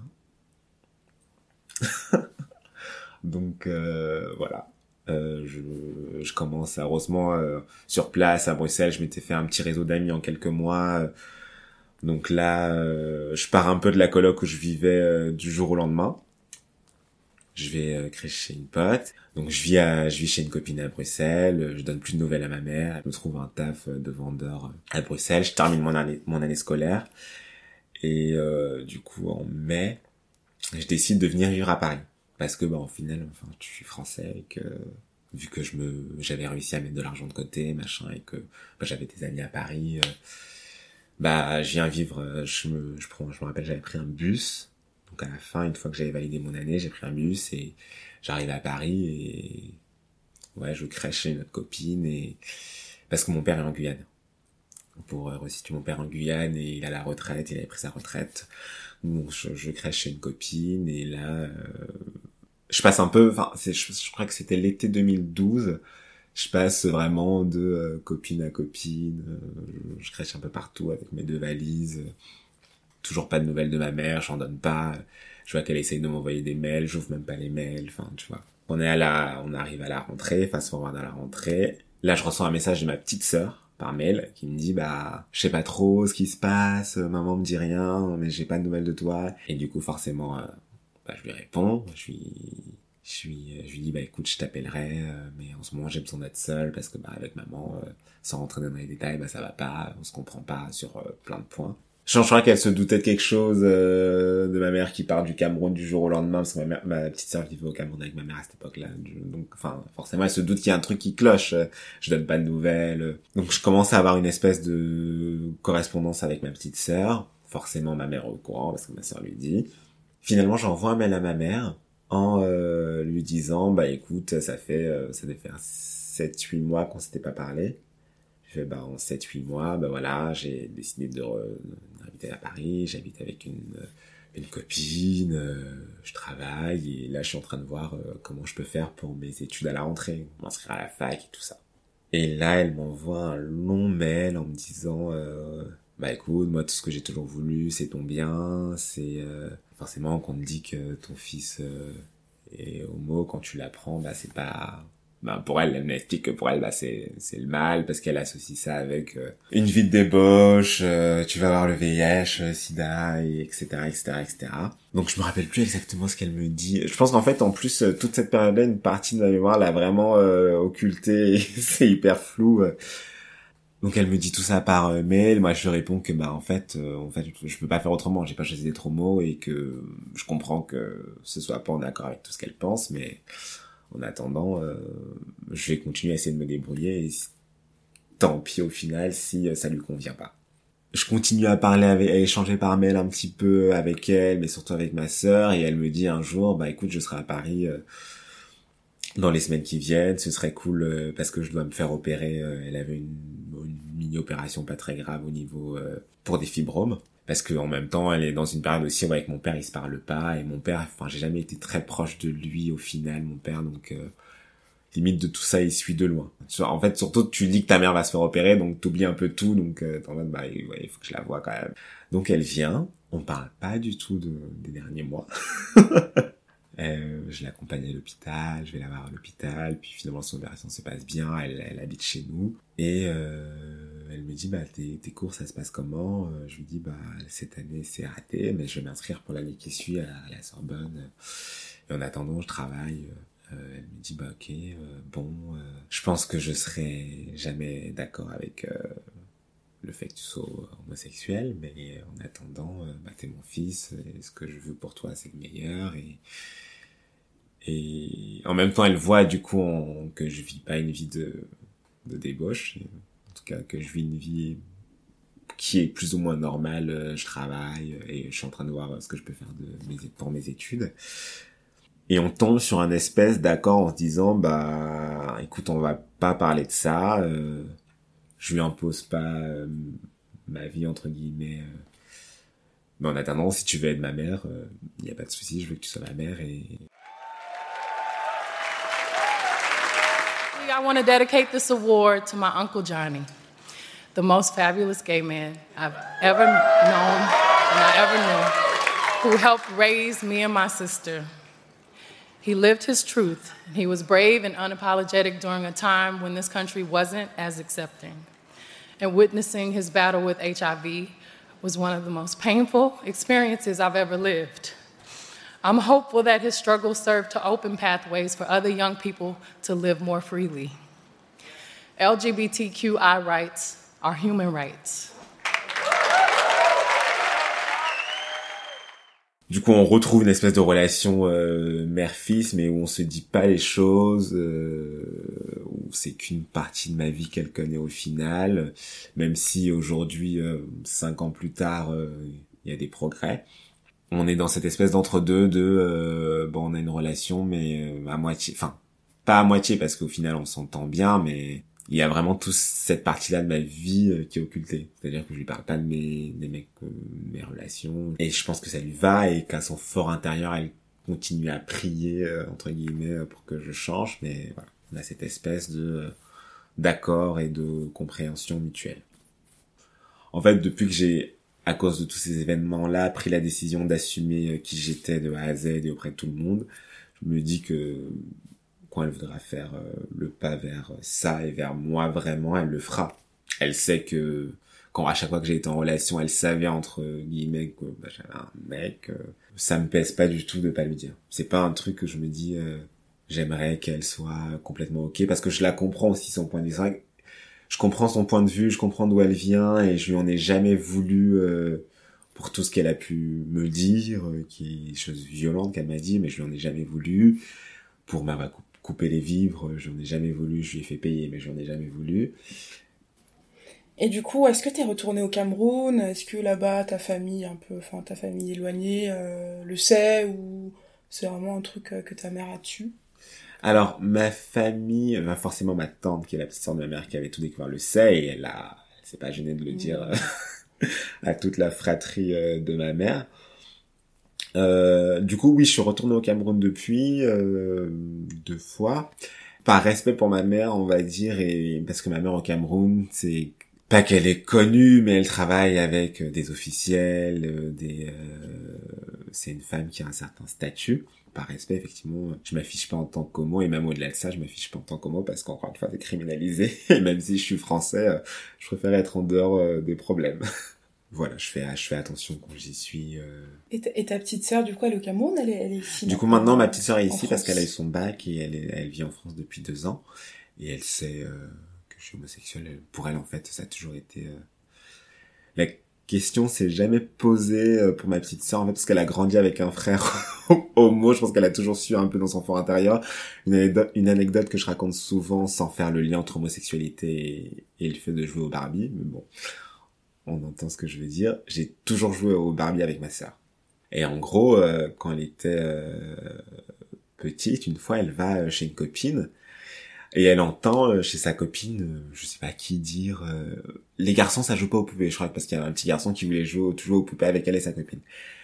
Donc euh, voilà. Euh, je, je commence à heureusement euh, sur place à Bruxelles. Je m'étais fait un petit réseau d'amis en quelques mois. Euh, donc là, euh, je pars un peu de la coloc où je vivais euh, du jour au lendemain. Je vais euh, créer chez une pote. Donc je vis à, je vis chez une copine à Bruxelles. Je donne plus de nouvelles à ma mère. Elle me trouve un taf de vendeur à Bruxelles. Je termine mon année, mon année scolaire. Et euh, du coup, en mai, je décide de venir vivre à Paris. Parce que, bah, au final, enfin, je suis français et que, vu que je me, j'avais réussi à mettre de l'argent de côté, machin, et que, bah, j'avais des amis à Paris, euh, bah, je viens vivre, je me, je prends, je me rappelle, j'avais pris un bus. Donc, à la fin, une fois que j'avais validé mon année, j'ai pris un bus et j'arrive à Paris et, ouais, je crèche chez une autre copine et, parce que mon père est en Guyane. Pour euh, resituer, mon père en Guyane et il a la retraite, il avait pris sa retraite. Donc, je, je crèche chez une copine et là, euh, je passe un peu, enfin, c'est, je, je crois que c'était l'été deux mille douze. Je passe vraiment de euh, copine à copine. Euh, je crèche un peu partout avec mes deux valises. Euh, toujours pas de nouvelles de ma mère, j'en donne pas. Je vois qu'elle essaye de m'envoyer des mails, j'ouvre même pas les mails. Enfin, tu vois. On est à la, on arrive à la rentrée, fast forward à la rentrée. Là, je reçois un message de ma petite sœur par mail qui me dit bah je sais pas trop ce qui se passe, maman me dit rien, mais j'ai pas de nouvelles de toi. Et du coup, forcément, euh, bah, je lui réponds, je suis Je suis, je lui dis, bah écoute, je t'appellerai, euh, mais en ce moment j'ai besoin d'être seule parce que bah avec maman, euh, sans rentrer dans les détails, bah ça va pas, on se comprend pas sur euh, plein de points. Je crois qu'elle se doutait de quelque chose euh, de ma mère qui part du Cameroun du jour au lendemain, parce que ma, mère, ma petite sœur vivait au Cameroun avec ma mère à cette époque-là. Donc, enfin, forcément, elle se doute qu'il y a un truc qui cloche. Je donne pas de nouvelles. Donc, je commence à avoir une espèce de correspondance avec ma petite sœur. Forcément, ma mère est au courant, parce que ma sœur lui dit. Finalement, j'envoie un mail à ma mère en euh, lui disant, bah écoute, ça fait euh, ça devait faire sept huit mois qu'on s'était pas parlé. Je fais, bah en sept huit mois, bah voilà, j'ai décidé de d'habiter à Paris, j'habite avec une une copine, euh, je travaille et là je suis en train de voir euh, comment je peux faire pour mes études à la rentrée, m'inscrire à la fac et tout ça. Et là, elle m'envoie un long mail en me disant euh, bah écoute, moi tout ce que j'ai toujours voulu, c'est ton bien, c'est euh, forcément qu'on te dit que ton fils euh, est homo, quand tu l'apprends, bah c'est pas bah pour elle, elle m'explique que pour elle bah c'est c'est le mal parce qu'elle associe ça avec euh, une vie de débauche, euh, tu vas avoir le V I H, euh, sida et etc etc etc. Donc je me rappelle plus exactement ce qu'elle me dit. Je pense qu'en fait en plus euh, toute cette période-là, une partie de ma mémoire l'a vraiment euh, occultée et c'est hyper flou. Euh. Donc elle me dit tout ça par euh, mail, moi je lui réponds que bah en fait euh, en fait je peux pas faire autrement, j'ai pas choisi d'être homo et que je comprends que ce soit pas en accord avec tout ce qu'elle pense, mais en attendant, euh, je vais continuer à essayer de me débrouiller et tant pis au final si ça lui convient pas. Je continue à parler avec, à échanger par mail un petit peu avec elle, mais surtout avec ma sœur, et elle me dit un jour, bah écoute, je serai à Paris euh, dans les semaines qui viennent, ce serait cool euh, parce que je dois me faire opérer. Euh, elle avait une, une mini-opération pas très grave au niveau euh, pour des fibromes. Parce que en même temps, elle est dans une période aussi où avec mon père, il se parle pas. Et mon père, enfin, j'ai jamais été très proche de lui au final, mon père. Donc, euh, limite de tout ça, il suit de loin. En fait, surtout, tu dis que ta mère va se faire opérer, donc t'oublies un peu tout. Donc, euh, t'en mode, bah, ouais, il faut que je la voie quand même. Donc, elle vient. On parle pas du tout de, des derniers mois. euh, je l'accompagne à l'hôpital, je vais la voir à l'hôpital. Puis finalement, son opération se passe bien. Elle, elle habite chez nous. Et... Euh, elle me dit, bah, tes, tes cours, ça se passe comment? euh, Je lui dis, bah, cette année, c'est raté, mais je vais m'inscrire pour l'année qui suit à, à la Sorbonne. Et en attendant, je travaille. Euh, elle me dit, bah, ok, euh, bon, euh, je pense que je serai jamais d'accord avec euh, le fait que tu sois homosexuel, mais en attendant, euh, bah, t'es mon fils, et ce que je veux pour toi, c'est le meilleur. Et, et en même temps, elle voit, du coup, en, que je vis pas une vie de, de débauche. En tout cas, que je vis une vie qui est plus ou moins normale. Je travaille et je suis en train de voir ce que je peux faire de mes, pour mes études. Et on tombe sur un espèce d'accord en se disant, bah, écoute, on va pas parler de ça. Euh, je lui impose pas euh, ma vie, entre guillemets. Euh, mais en attendant, si tu veux être ma mère, il euh, n'y a pas de souci, je veux que tu sois ma mère. Et... I want to dedicate this award to my Uncle Johnny, the most fabulous gay man I've ever known and I ever knew, who helped raise me and my sister. He lived his truth, and he was brave and unapologetic during a time when this country wasn't as accepting. And witnessing his battle with H I V was one of the most painful experiences I've ever lived. I'm hopeful that his struggle served to open pathways for other young people to live more freely. L G B T Q I rights are human rights. Du coup, on retrouve une espèce de relation euh, mère-fils, mais où on se dit pas les choses, euh, où c'est qu'une partie de ma vie qu'elle connaît au final, même si aujourd'hui, euh, cinq ans plus tard, il euh, y a des progrès. On est dans cette espèce d'entre-deux de, euh, bon, on a une relation, mais euh, à moitié, enfin, pas à moitié, parce qu'au final, on s'entend bien, mais il y a vraiment toute cette partie-là de ma vie euh, qui est occultée. C'est-à-dire que je lui parle pas de mes, des mecs, euh, mes relations. Et je pense que ça lui va et qu'à son fort intérieur, elle continue à prier, euh, entre guillemets, pour que je change. Mais voilà, on a cette espèce de, euh, d'accord et de compréhension mutuelle. En fait, depuis que j'ai, à cause de tous ces événements-là, pris la décision d'assumer qui j'étais de A à Z et auprès de tout le monde, je me dis que quand elle voudra faire euh, le pas vers ça et vers moi vraiment, elle le fera. Elle sait que quand à chaque fois que j'ai été en relation, elle savait entre guillemets que bah, j'avais un mec. Euh, ça me pèse pas du tout de pas lui dire. C'est pas un truc que je me dis euh, j'aimerais qu'elle soit complètement ok, parce que je la comprends aussi, son point de vue. C'est vrai que je comprends son point de vue, je comprends d'où elle vient et je lui en ai jamais voulu euh, pour tout ce qu'elle a pu me dire, euh, qui est des choses violentes qu'elle m'a dit, mais je lui en ai jamais voulu. Pour m'avoir cou- coupé les vivres, je n'en ai jamais voulu, je lui ai fait payer, mais je n'en ai jamais voulu. Et du coup, est-ce que t'es retourné au Cameroun? Est-ce que là-bas, ta famille, un peu, enfin, ta famille éloignée, euh, le sait, ou c'est vraiment un truc euh, que ta mère a tu? Alors, ma famille, bah forcément ma tante, qui est la petite sœur de ma mère, qui avait tout découvert, le sait, et elle a, elle s'est pas gênée de le dire euh, à toute la fratrie euh, de ma mère. Euh, du coup, oui, je suis retourné au Cameroun depuis, euh, deux fois. Par respect pour ma mère, on va dire, et parce que ma mère au Cameroun, c'est pas qu'elle est connue, mais elle travaille avec des officiels, euh, des, euh, c'est une femme qui a un certain statut. Par respect, effectivement, je m'affiche pas en tant qu'homo, et même au-delà de ça, je m'affiche pas en tant qu'homo, parce qu'encore une fois, c'est criminalisé, et même si je suis français, euh, je préfère être en dehors euh, des problèmes. Voilà, je fais, je fais attention quand j'y suis. Euh... Et, ta, et ta petite sœur, du coup, elle est au Cameroun, elle est, elle est ici? Du coup, maintenant, ma petite sœur est ici en parce France. qu'elle a eu son bac et elle, est, elle vit en France depuis deux ans. Et elle sait euh, que je suis homosexuel. Pour elle, en fait, ça a toujours été... Euh... La question s'est jamais posée pour ma petite sœur, en fait, parce qu'elle a grandi avec un frère homo. Je pense qu'elle a toujours su un peu dans son fort intérieur. Une anecdote, une anecdote que je raconte souvent sans faire le lien entre homosexualité et, et le fait de jouer au Barbie. Mais bon... on entend ce que je veux dire. J'ai toujours joué au Barbie avec ma sœur. Et en gros, euh, quand elle était euh, petite, une fois, elle va chez une copine et elle entend euh, chez sa copine, euh, je sais pas qui dire, euh, les garçons ça joue pas aux poupées, je crois, parce qu'il y avait un petit garçon qui voulait jouer toujours aux poupées avec elle et sa copine.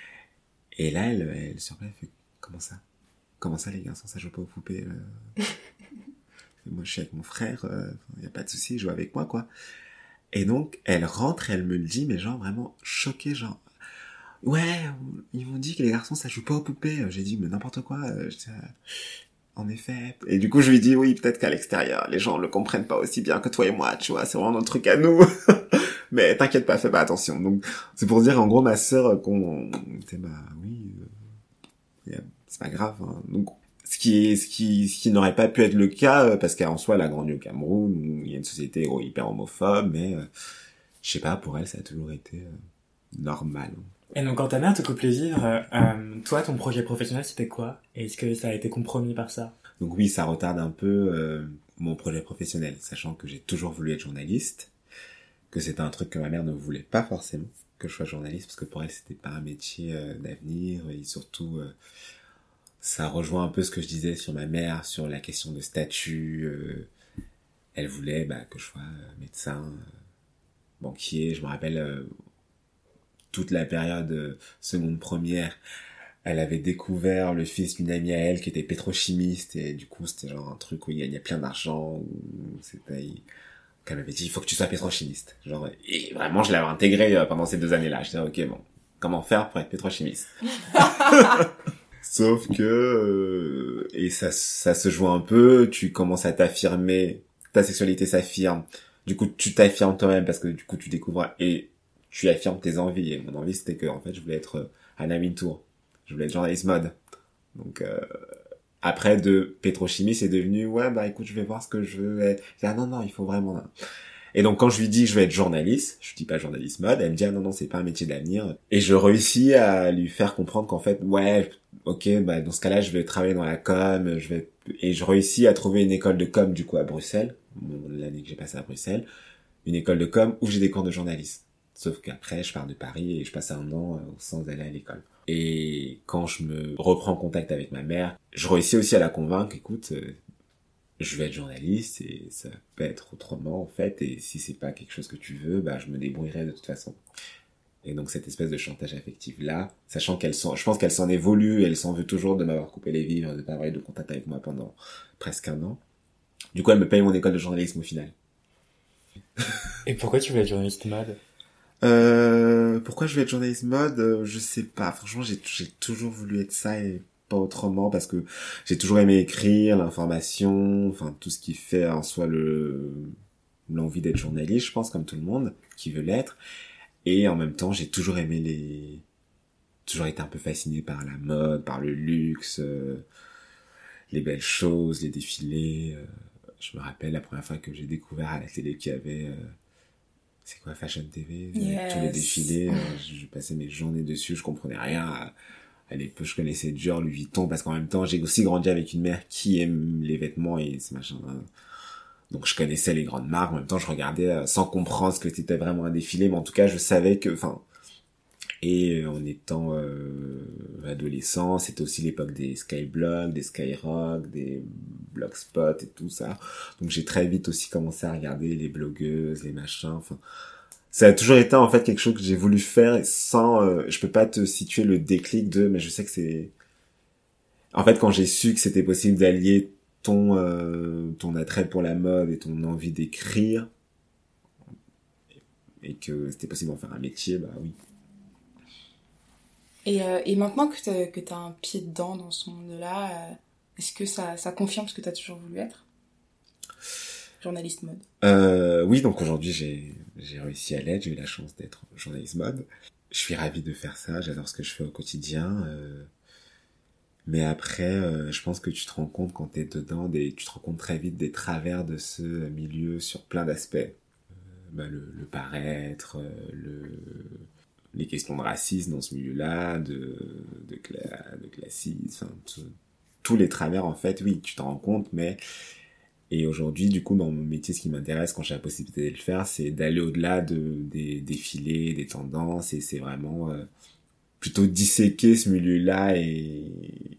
Et là, elle, elle se surprend, elle fait, comment ça? Comment ça, les garçons ça joue pas aux poupées? euh... Moi, je suis avec mon frère, il euh, y a pas de souci, il joue avec moi, quoi. Et donc, elle rentre et elle me le dit, mais genre vraiment choquée, genre, ouais, ils m'ont dit que les garçons ça joue pas aux poupées. J'ai dit, mais n'importe quoi, euh, je dis, euh, en effet. Et du coup, je lui dis, oui, peut-être qu'à l'extérieur, les gens le comprennent pas aussi bien que toi et moi, tu vois, c'est vraiment notre truc à nous. Mais t'inquiète pas, fais pas attention. Donc, c'est pour dire, en gros, ma sœur, qu'on était, bah oui, euh, yeah, c'est pas grave, hein. Donc, ce qui est, ce qui, ce qui n'aurait pas pu être le cas, parce qu'en soi, elle a grandi au Cameroun, où il y a une société oh, hyper homophobe, mais, euh, je sais pas, pour elle, ça a toujours été euh, normal. Et donc, quand ta mère te coupe les vivres, euh, euh, toi, ton projet professionnel, c'était quoi? Et est-ce que ça a été compromis par ça? Donc oui, ça retarde un peu euh, mon projet professionnel, sachant que j'ai toujours voulu être journaliste, que c'était un truc que ma mère ne voulait pas forcément, que je sois journaliste, parce que pour elle, c'était pas un métier euh, d'avenir, et surtout... Euh, ça rejoint un peu ce que je disais sur ma mère, sur la question de statut. Euh, elle voulait bah, que je sois euh, médecin, euh, banquier. Je me rappelle euh, toute la période euh, seconde première. Elle avait découvert le fils d'une amie à elle qui était pétrochimiste. Et du coup, c'était genre un truc où il gagnait plein d'argent. Où c'était... Elle m'avait dit, il faut que tu sois pétrochimiste. Genre, et vraiment, je l'avais intégré euh, pendant ces deux années-là. Je disais, ok, bon, comment faire pour être pétrochimiste? Sauf que, euh, et ça, ça se joue un peu, tu commences à t'affirmer, ta sexualité s'affirme, du coup tu t'affirmes toi-même parce que du coup tu découvres et tu affirmes tes envies. Et mon envie c'était que, en fait, je voulais être Anna Wintour, je voulais être journaliste mode. Donc, euh, après de pétrochimie, c'est devenu, ouais, bah écoute, je vais voir ce que je veux être. Je dis, ah non, non, il faut vraiment... Et donc quand je lui dis que je vais être journaliste, je dis pas journaliste mode, elle me dit ah non non c'est pas un métier d'avenir. Et je réussis à lui faire comprendre qu'en fait ouais ok bah dans ce cas-là je vais travailler dans la com, je vais et je réussis à trouver une école de com du coup à Bruxelles, l'année que j'ai passée à Bruxelles, une école de com où j'ai des cours de journalisme. Sauf qu'après je pars de Paris et je passe un an sans aller à l'école. Et quand je me reprends contact avec ma mère, je réussis aussi à la convaincre, écoute. Euh, je vais être journaliste et ça peut être autrement en fait, et si c'est pas quelque chose que tu veux, bah je me débrouillerai de toute façon. Et donc cette espèce de chantage affectif là, sachant qu'elle s'en, je pense qu'elle s'en évolue, elle s'en veut toujours de m'avoir coupé les vivres, de pas avoir eu de contact avec moi pendant presque un an. Du coup elle me paye mon école de journalisme au final. Et pourquoi tu voulais être journaliste mode? Euh, pourquoi je veux être journaliste mode, je sais pas. Franchement j'ai, j'ai toujours voulu être ça et pas autrement, parce que j'ai toujours aimé écrire, l'information, enfin tout ce qui fait en soi le l'envie d'être journaliste, je pense, comme tout le monde qui veut l'être. Et en même temps, j'ai toujours aimé les toujours été un peu fasciné par la mode, par le luxe, euh, les belles choses, les défilés. Euh, je me rappelle la première fois que j'ai découvert à la télé qu'il y avait euh, c'est quoi Fashion T V, Yes. tous les défilés, euh, je, je passais mes journées dessus, je comprenais rien. À, à l'époque, je connaissais Dior, Louis Vuitton, parce qu'en même temps, j'ai aussi grandi avec une mère qui aime les vêtements et ce machin. Donc, je connaissais les grandes marques. En même temps, je regardais euh, sans comprendre ce que c'était vraiment un défilé, mais en tout cas, je savais que, enfin, et en étant euh, adolescent, c'était aussi l'époque des Skyblogs, des Skyrock, des Blogspot et tout ça. Donc j'ai très vite aussi commencé à regarder les blogueuses, les machins. Enfin, ça a toujours été en fait quelque chose que j'ai voulu faire sans. Euh, je peux pas te situer le déclic de, mais je sais que c'est. En fait, quand j'ai su que c'était possible d'allier ton euh, ton attrait pour la mode et ton envie d'écrire et que c'était possible d'en faire un métier, bah oui. Et, euh, et maintenant que t'as, que t'as un pied dedans dans ce monde-là, euh, est-ce que ça, ça confirme ce que t'as toujours voulu être ? Journaliste mode. Euh, oui, donc aujourd'hui, j'ai, j'ai réussi à l'être, j'ai eu la chance d'être journaliste mode. Je suis ravi de faire ça, j'adore ce que je fais au quotidien. Euh, mais après, euh, je pense que tu te rends compte quand t'es dedans, des, tu te rends compte très vite des travers de ce milieu sur plein d'aspects. Euh, bah, le, le paraître, le... les questions de racisme dans ce milieu-là, de, de, cla- de classisme, enfin, tout, tous les travers, en fait, oui, tu t'en rends compte, mais, et aujourd'hui, du coup, dans mon métier, ce qui m'intéresse quand j'ai la possibilité de le faire, c'est d'aller au-delà de, des défilés, des tendances, et c'est vraiment, euh, plutôt disséquer ce milieu-là et,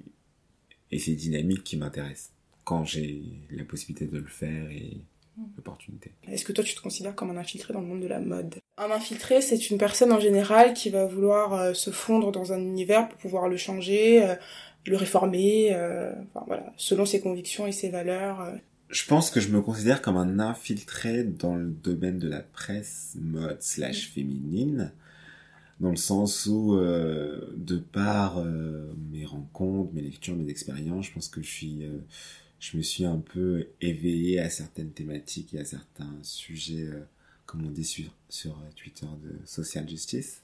et ces dynamiques qui m'intéressent quand j'ai la possibilité de le faire et l'opportunité. Est-ce que toi, tu te considères comme un infiltré dans le monde de la mode ? Un infiltré, c'est une personne en général qui va vouloir euh, se fondre dans un univers pour pouvoir le changer, euh, le réformer, euh, enfin voilà, selon ses convictions et ses valeurs. Euh. Je pense que je me considère comme un infiltré dans le domaine de la presse mode slash féminine, dans le sens où, euh, de par euh, mes rencontres, mes lectures, mes expériences, je pense que je suis... Euh, je me suis un peu éveillé à certaines thématiques et à certains sujets, euh, comme on dit sur, sur Twitter, de social justice.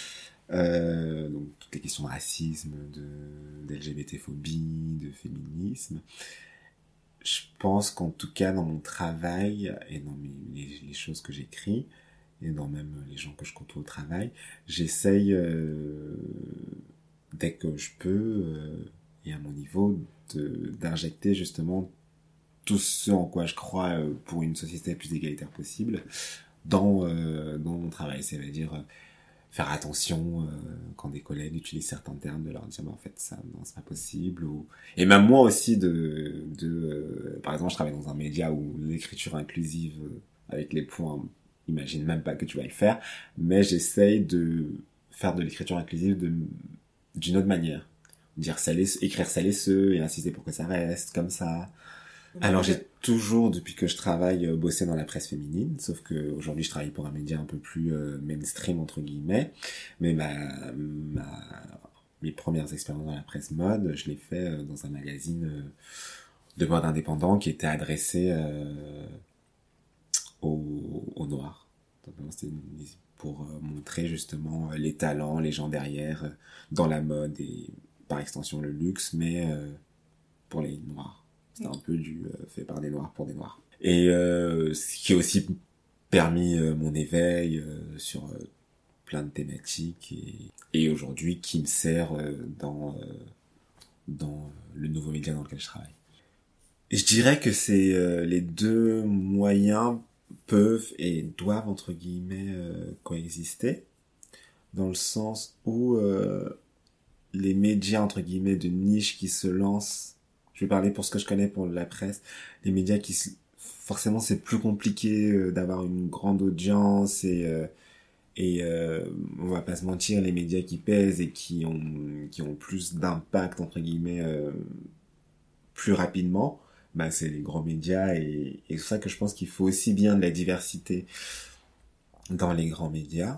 Euh, donc, toutes les questions de racisme, de, d'L G B T-phobie, de féminisme. Je pense qu'en tout cas, dans mon travail et dans mes, les, les choses que j'écris, et dans même les gens que je côtoie au travail, j'essaye, euh, dès que je peux, euh, et à mon niveau, de, d'injecter justement tout ce en quoi je crois euh, pour une société la plus égalitaire possible dans, euh, dans mon travail. Ça veut dire euh, faire attention euh, quand des collègues utilisent certains termes, de leur dire bah, en fait ça non c'est pas possible. Ou... Et même moi aussi, de, de euh, par exemple je travaille dans un média où l'écriture inclusive euh, avec les points, imagine même pas que tu vas le faire, mais j'essaye de faire de l'écriture inclusive de, d'une autre manière. Dire ça les, écrire ça les ceux et insister pour que ça reste comme ça. Alors j'ai toujours, depuis que je travaille, bossé dans la presse féminine, sauf que aujourd'hui je travaille pour un média un peu plus euh, mainstream entre guillemets, mais ma, ma mes premières expériences dans la presse mode, je l'ai fait dans un magazine euh, de mode indépendant qui était adressé euh, aux, aux noirs. C'était pour euh, montrer justement les talents, les gens derrière euh, dans la mode et par extension le luxe, mais euh, pour les noirs. C'était un peu du euh, fait par des noirs pour des noirs. Et euh, ce qui a aussi permis euh, mon éveil euh, sur euh, plein de thématiques et, et aujourd'hui qui me sert euh, dans euh, dans le nouveau média dans lequel je travaille. Et je dirais que c'est euh, les deux moyens peuvent et doivent entre guillemets euh, coexister, dans le sens où euh, les médias entre guillemets de niche qui se lancent, je vais parler pour ce que je connais pour la presse, les médias qui forcément c'est plus compliqué euh, d'avoir une grande audience et euh, et euh, on va pas se mentir, les médias qui pèsent et qui ont qui ont plus d'impact entre guillemets euh, plus rapidement, bah c'est les grands médias et, et c'est pour ça que je pense qu'il faut aussi bien de la diversité dans les grands médias,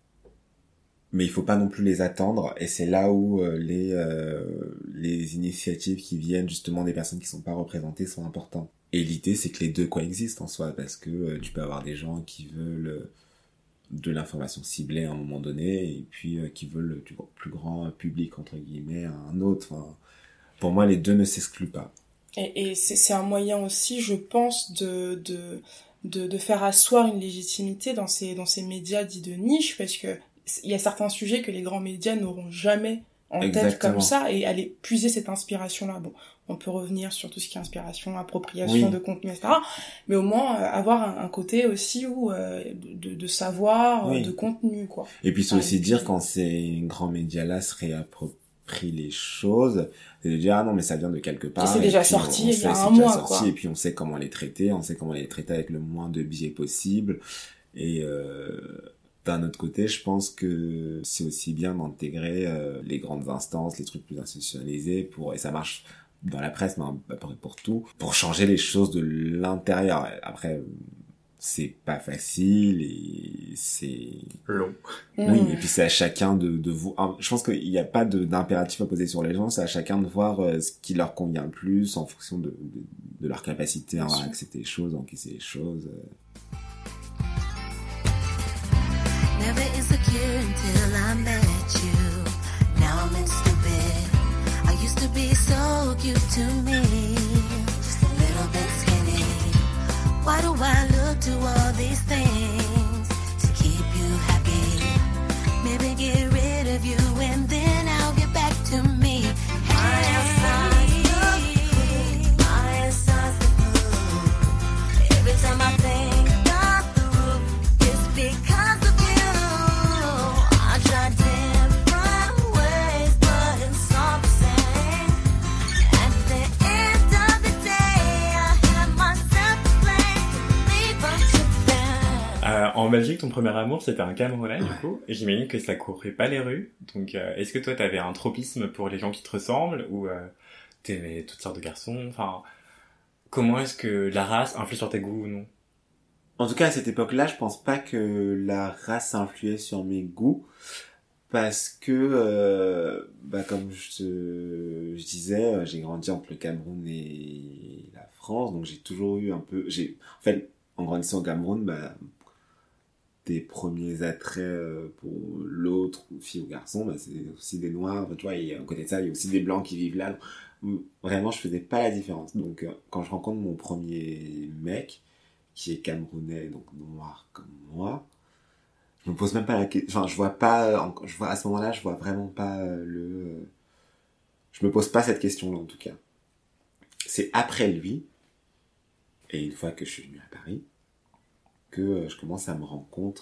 mais il faut pas non plus les attendre, et c'est là où euh, les euh, les initiatives qui viennent justement des personnes qui sont pas représentées sont importantes. Et l'idée c'est que les deux coexistent en soi, parce que euh, tu peux avoir des gens qui veulent euh, de l'information ciblée à un moment donné et puis euh, qui veulent du plus grand public entre guillemets à un autre. Enfin, pour moi les deux ne s'excluent pas. Et, et c'est, c'est un moyen aussi, je pense, de, de de, de faire asseoir une légitimité dans ces, dans ces médias dits de niche, parce que il y a certains sujets que les grands médias n'auront jamais en Exactement. tête comme ça, et aller puiser cette inspiration-là. Bon, on peut revenir sur tout ce qui est inspiration, appropriation oui. de contenu, et cetera. Mais au moins, euh, avoir un, un côté aussi où, euh, de, de savoir, oui. de contenu, quoi. Et puis, c'est Ah, aussi et dire puis... quand ces grands médias-là se réapproprient les choses, c'est de dire, ah non, mais ça vient de quelque part. Et c'est et déjà puis sorti on, on il y a sait, un c'est déjà mois, sorti, quoi. Et puis, on sait comment les traiter, on sait comment les traiter avec le moins de biais possible. Et, euh, d'un autre côté, je pense que c'est aussi bien d'intégrer euh, les grandes instances, les trucs plus institutionnalisés, pour, et ça marche dans la presse, mais à peu près pour tout, pour changer les choses de l'intérieur. Après, c'est pas facile et c'est long. Oui, Mmh. et puis c'est à chacun de, de vous. Je pense qu'il n'y a pas de, d'impératif à poser sur les gens, c'est à chacun de voir euh, ce qui leur convient le plus en fonction de, de, de leur capacité à accepter les choses, à encaisser les choses. Never insecure until I met you. Now I'm in stupid. I used to be so cute to me. Just a little bit skinny. Why do I look to all these things to keep you happy? Maybe get rid of you and then I'll get back to me. My size the my size the every time I think about the roof, it's because of you. I tried different ways, but it's all the same. At the end of the day, I have myself to blame to leave us to them. Euh, en Belgique, ton premier amour, c'était un Camerounais, du coup, et j'imagine que ça courait pas les rues. Donc, euh, est-ce que toi, t'avais un tropisme pour les gens qui te ressemblent, ou euh, t'aimais toutes sortes de garçons? Enfin, comment est-ce que la race influe sur tes goûts ou non? En tout cas, à cette époque-là, je pense pas que la race influait sur mes goûts, parce que, euh, bah, comme je, te, je disais, j'ai grandi entre le Cameroun et la France, donc j'ai toujours eu un peu, j'ai, en fait, en grandissant au Cameroun, bah, des premiers attraits pour l'autre, fille ou garçon, bah, c'est aussi des noirs, tu vois, et à côté de ça, il y a aussi des blancs qui vivent là. Donc, vraiment, je faisais pas la différence. Donc, quand je rencontre mon premier mec, qui est camerounais, donc noir comme moi, je me pose même pas la question, enfin, je vois pas, je vois, à ce moment-là, je vois vraiment pas le, je me pose pas cette question-là, en tout cas. C'est après lui, et une fois que je suis venu à Paris, que je commence à me rendre compte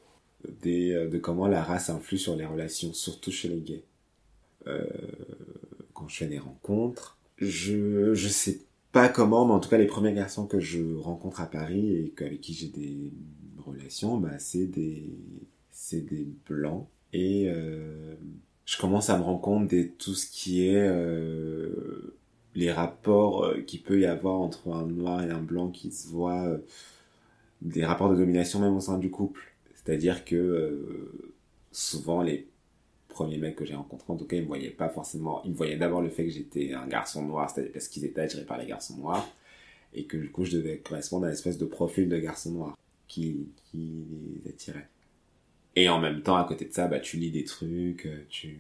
des, de comment la race influe sur les relations, surtout chez les gays. Euh, quand je fais des rencontres, je, je sais pas comment, mais en tout cas, les premiers garçons que je rencontre à Paris et avec qui j'ai des relations, bah, c'est des, c'est des blancs. Et euh, je commence à me rendre compte de tout ce qui est euh, les rapports qu'il peut y avoir entre un noir et un blanc qui se voient, euh, des rapports de domination même au sein du couple. C'est-à-dire que euh, souvent les premiers mecs que j'ai rencontrés, en tout cas, ils me voyaient pas forcément, ils me voyaient d'abord le fait que j'étais un garçon noir, c'est-à-dire parce qu'ils étaient attirés par les garçons noirs, et que du coup je devais correspondre à une espèce de profil de garçon noir qui, qui les attirait. Et en même temps, à côté de ça, bah, tu lis des trucs, tu,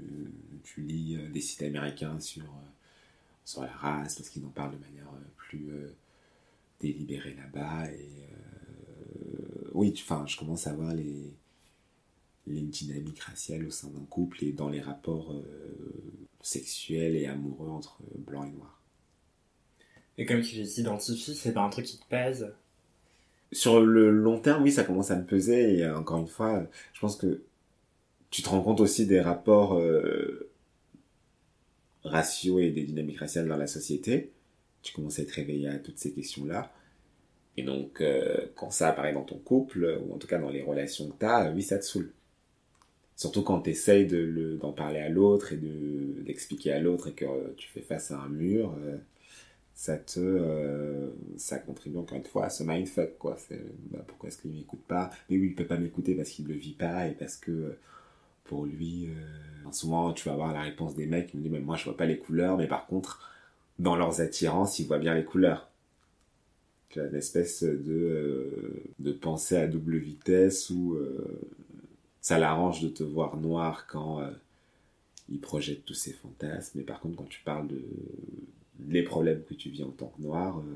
tu lis des sites américains sur, sur la race, parce qu'ils en parlent de manière plus euh, délibérée là-bas, et euh, oui, enfin, je commence à voir les, les dynamiques raciales au sein d'un couple et dans les rapports euh, sexuels et amoureux entre blanc et noir. Et comme tu t'identifies, c'est pas un truc qui te pèse? Sur le long terme, oui, ça commence à me peser, et encore une fois, je pense que tu te rends compte aussi des rapports euh, raciaux et des dynamiques raciales dans la société. Tu commences à être réveillé à toutes ces questions-là. Et donc, euh, quand ça apparaît dans ton couple, ou en tout cas dans les relations que t'as, oui, ça te saoule. Surtout quand t'essayes de le, d'en parler à l'autre et de, d'expliquer à l'autre et que euh, tu fais face à un mur, euh, ça te, euh, ça contribue encore une fois à ce mindfuck, quoi. C'est, bah, pourquoi est-ce qu'il m'écoute pas? Mais oui, il peut pas m'écouter parce qu'il le vit pas et parce que, pour lui, euh, souvent, tu vas avoir la réponse des mecs qui me disent, mais moi, je vois pas les couleurs, mais par contre, dans leurs attirances, ils voient bien les couleurs. Tu as une espèce de, euh, de pensée à double vitesse où, euh, ça l'arrange de te voir noir quand euh, il projette tous ses fantasmes, mais par contre quand tu parles de les problèmes que tu vis en tant que noir, euh,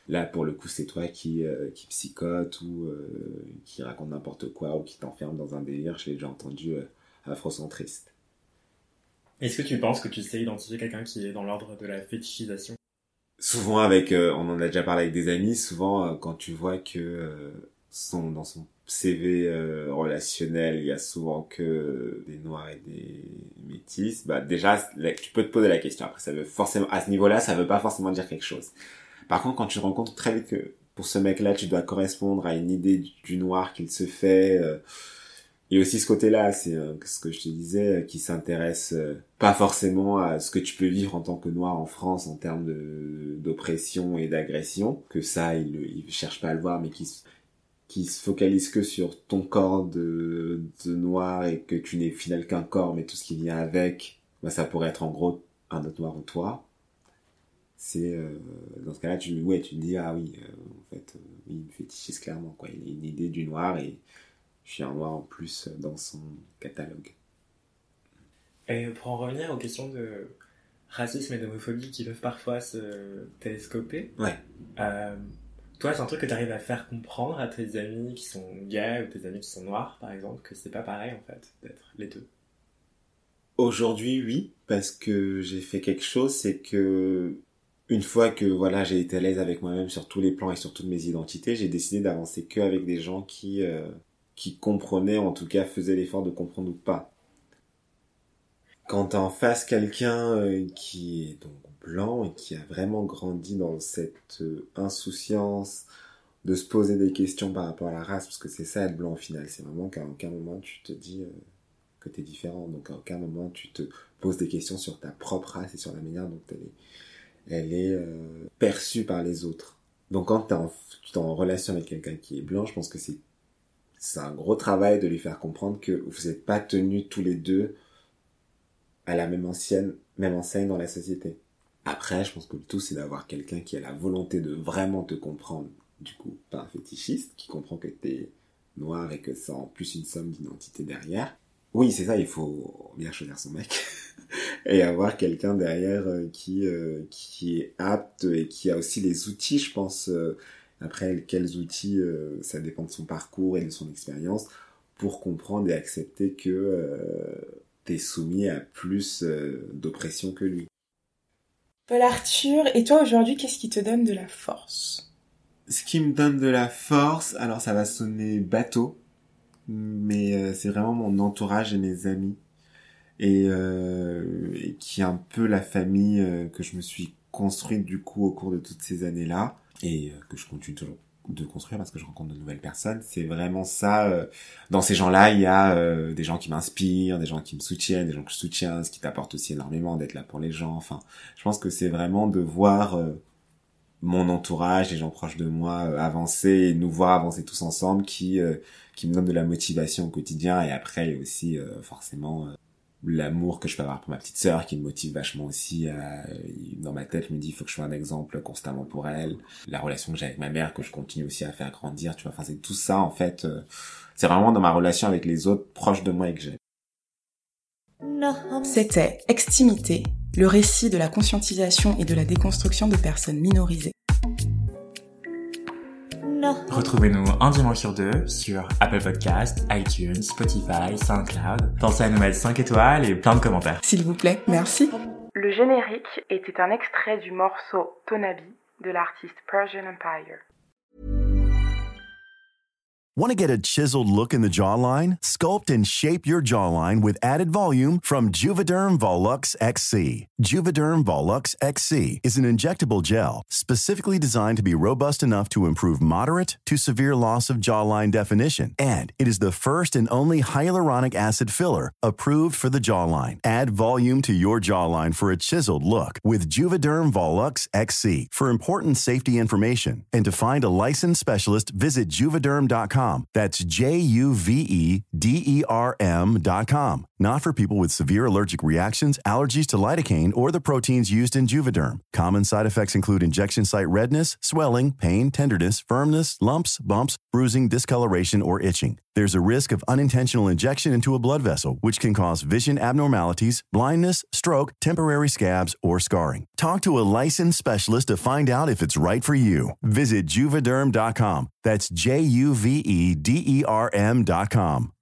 Là, pour le coup, c'est toi qui, euh, qui psychote ou euh, qui raconte n'importe quoi ou qui t'enferme dans un délire. Je l'ai déjà entendu euh, afrocentriste. Est-ce que tu penses que tu sais identifier quelqu'un qui est dans l'ordre de la fétichisation ? Souvent avec, euh, on en a déjà parlé avec des amis, souvent euh, quand tu vois que euh, son, dans son C V euh, relationnel, il y a souvent que des noirs et des métis, bah déjà, là, tu peux te poser la question. Après, ça veut forcément, à ce niveau-là, ça veut pas forcément dire quelque chose. Par contre, quand tu te rends compte très vite que pour ce mec-là, tu dois correspondre à une idée du, du noir qu'il se fait, euh, et aussi ce côté-là, c'est euh, ce que je te disais, euh, qui s'intéresse euh, pas forcément à ce que tu peux vivre en tant que noir en France en termes de d'oppression et d'agression, que ça, il, il cherche pas à le voir, mais qui qui se focalise que sur ton corps de, de noir et que tu n'es final qu'un corps, mais tout ce qui vient avec, bah, ça pourrait être en gros un autre noir ou toi. C'est, euh, dans ce cas-là, tu, ouais, tu te dis, ah oui, euh, en fait, euh, il me fétichise clairement, quoi. Il a une idée du noir et je suis un noir en plus dans son catalogue. Et pour en revenir aux questions de racisme et d'homophobie qui peuvent parfois se télescoper, ouais. Euh, toi, c'est un truc que tu arrives à faire comprendre à tes amis qui sont gays ou tes amis qui sont noirs, par exemple, que c'est pas pareil, en fait, d'être les deux. Aujourd'hui, oui, parce que j'ai fait quelque chose, c'est que une fois que voilà, j'ai été à l'aise avec moi-même sur tous les plans et sur toutes mes identités, j'ai décidé d'avancer que avec des gens qui euh, qui comprenaient, en tout cas faisaient l'effort de comprendre ou pas. Quand t'es en face quelqu'un euh, qui est donc blanc et qui a vraiment grandi dans cette euh, insouciance de se poser des questions par rapport à la race, parce que c'est ça être blanc au final, c'est vraiment qu'à aucun moment tu te dis euh, que t'es différent, donc à aucun moment tu te poses des questions sur ta propre race et sur la manière dont elle est, elle est euh, perçue par les autres. Donc quand t'es en, t'es en relation avec quelqu'un qui est blanc, je pense que c'est, c'est un gros travail de lui faire comprendre que vous n'êtes pas tenus tous les deux à la même ancienne, même enseigne dans la société. Après, je pense que le tout, c'est d'avoir quelqu'un qui a la volonté de vraiment te comprendre, du coup, pas un fétichiste, qui comprend que t'es noir et que c'est en plus une somme d'identité derrière. Oui, c'est ça, il faut bien choisir son mec. Et avoir quelqu'un derrière euh, qui, euh, qui est apte et qui a aussi les outils, je pense. Euh, après, quels outils, euh, ça dépend de son parcours et de son expérience, pour comprendre et accepter que euh, t'es soumis à plus euh, d'oppression que lui. Paul Arthur, et toi aujourd'hui, qu'est-ce qui te donne de la force ? Ce qui me donne de la force, alors ça va sonner bateau, mais euh, c'est vraiment mon entourage et mes amis, et, euh, et qui est un peu la famille euh, que je me suis construite du coup au cours de toutes ces années-là, et euh, que je continue toujours de construire parce que je rencontre de nouvelles personnes. C'est vraiment ça. Euh, dans ces gens-là, il y a euh, des gens qui m'inspirent, des gens qui me soutiennent, des gens que je soutiens, ce qui t'apporte aussi énormément d'être là pour les gens. Enfin, je pense que c'est vraiment de voir euh, mon entourage, les gens proches de moi euh, avancer et nous voir avancer tous ensemble qui euh, qui me donne de la motivation au quotidien. Et après, il y a aussi euh, forcément euh, l'amour que je peux avoir pour ma petite sœur qui me motive vachement aussi. À, dans ma tête, je me dis il faut que je sois un exemple constamment pour elle. La relation que j'ai avec ma mère que je continue aussi à faire grandir, tu vois. Enfin, c'est tout ça en fait. Euh, c'est vraiment dans ma relation avec les autres proches de moi et que j'ai. C'était Extimité, le récit de la conscientisation et de la déconstruction de personnes minorisées. Retrouvez-nous un dimanche sur deux sur Apple Podcasts, iTunes, Spotify, SoundCloud. Pensez à nous mettre cinq étoiles et plein de commentaires. S'il vous plaît, merci. Le générique était un extrait du morceau Tonabi de l'artiste Persian Empire. Want to get a chiseled look in the jawline? Sculpt and shape your jawline with added volume from Juvederm Volux X C. Juvederm Volux X C is an injectable gel specifically designed to be robust enough to improve moderate to severe loss of jawline definition. And it is the first and only hyaluronic acid filler approved for the jawline. Add volume to your jawline for a chiseled look with Juvederm Volux X C. For important safety information and to find a licensed specialist, visit juvederm dot com. That's J U V E D E R M dot com. Not for people with severe allergic reactions, allergies to lidocaine, or the proteins used in Juvederm. Common side effects include injection site redness, swelling, pain, tenderness, firmness, lumps, bumps, bruising, discoloration, or itching. There's a risk of unintentional injection into a blood vessel, which can cause vision abnormalities, blindness, stroke, temporary scabs, or scarring. Talk to a licensed specialist to find out if it's right for you. Visit Juvederm dot com. That's J U V E D E R M dot com.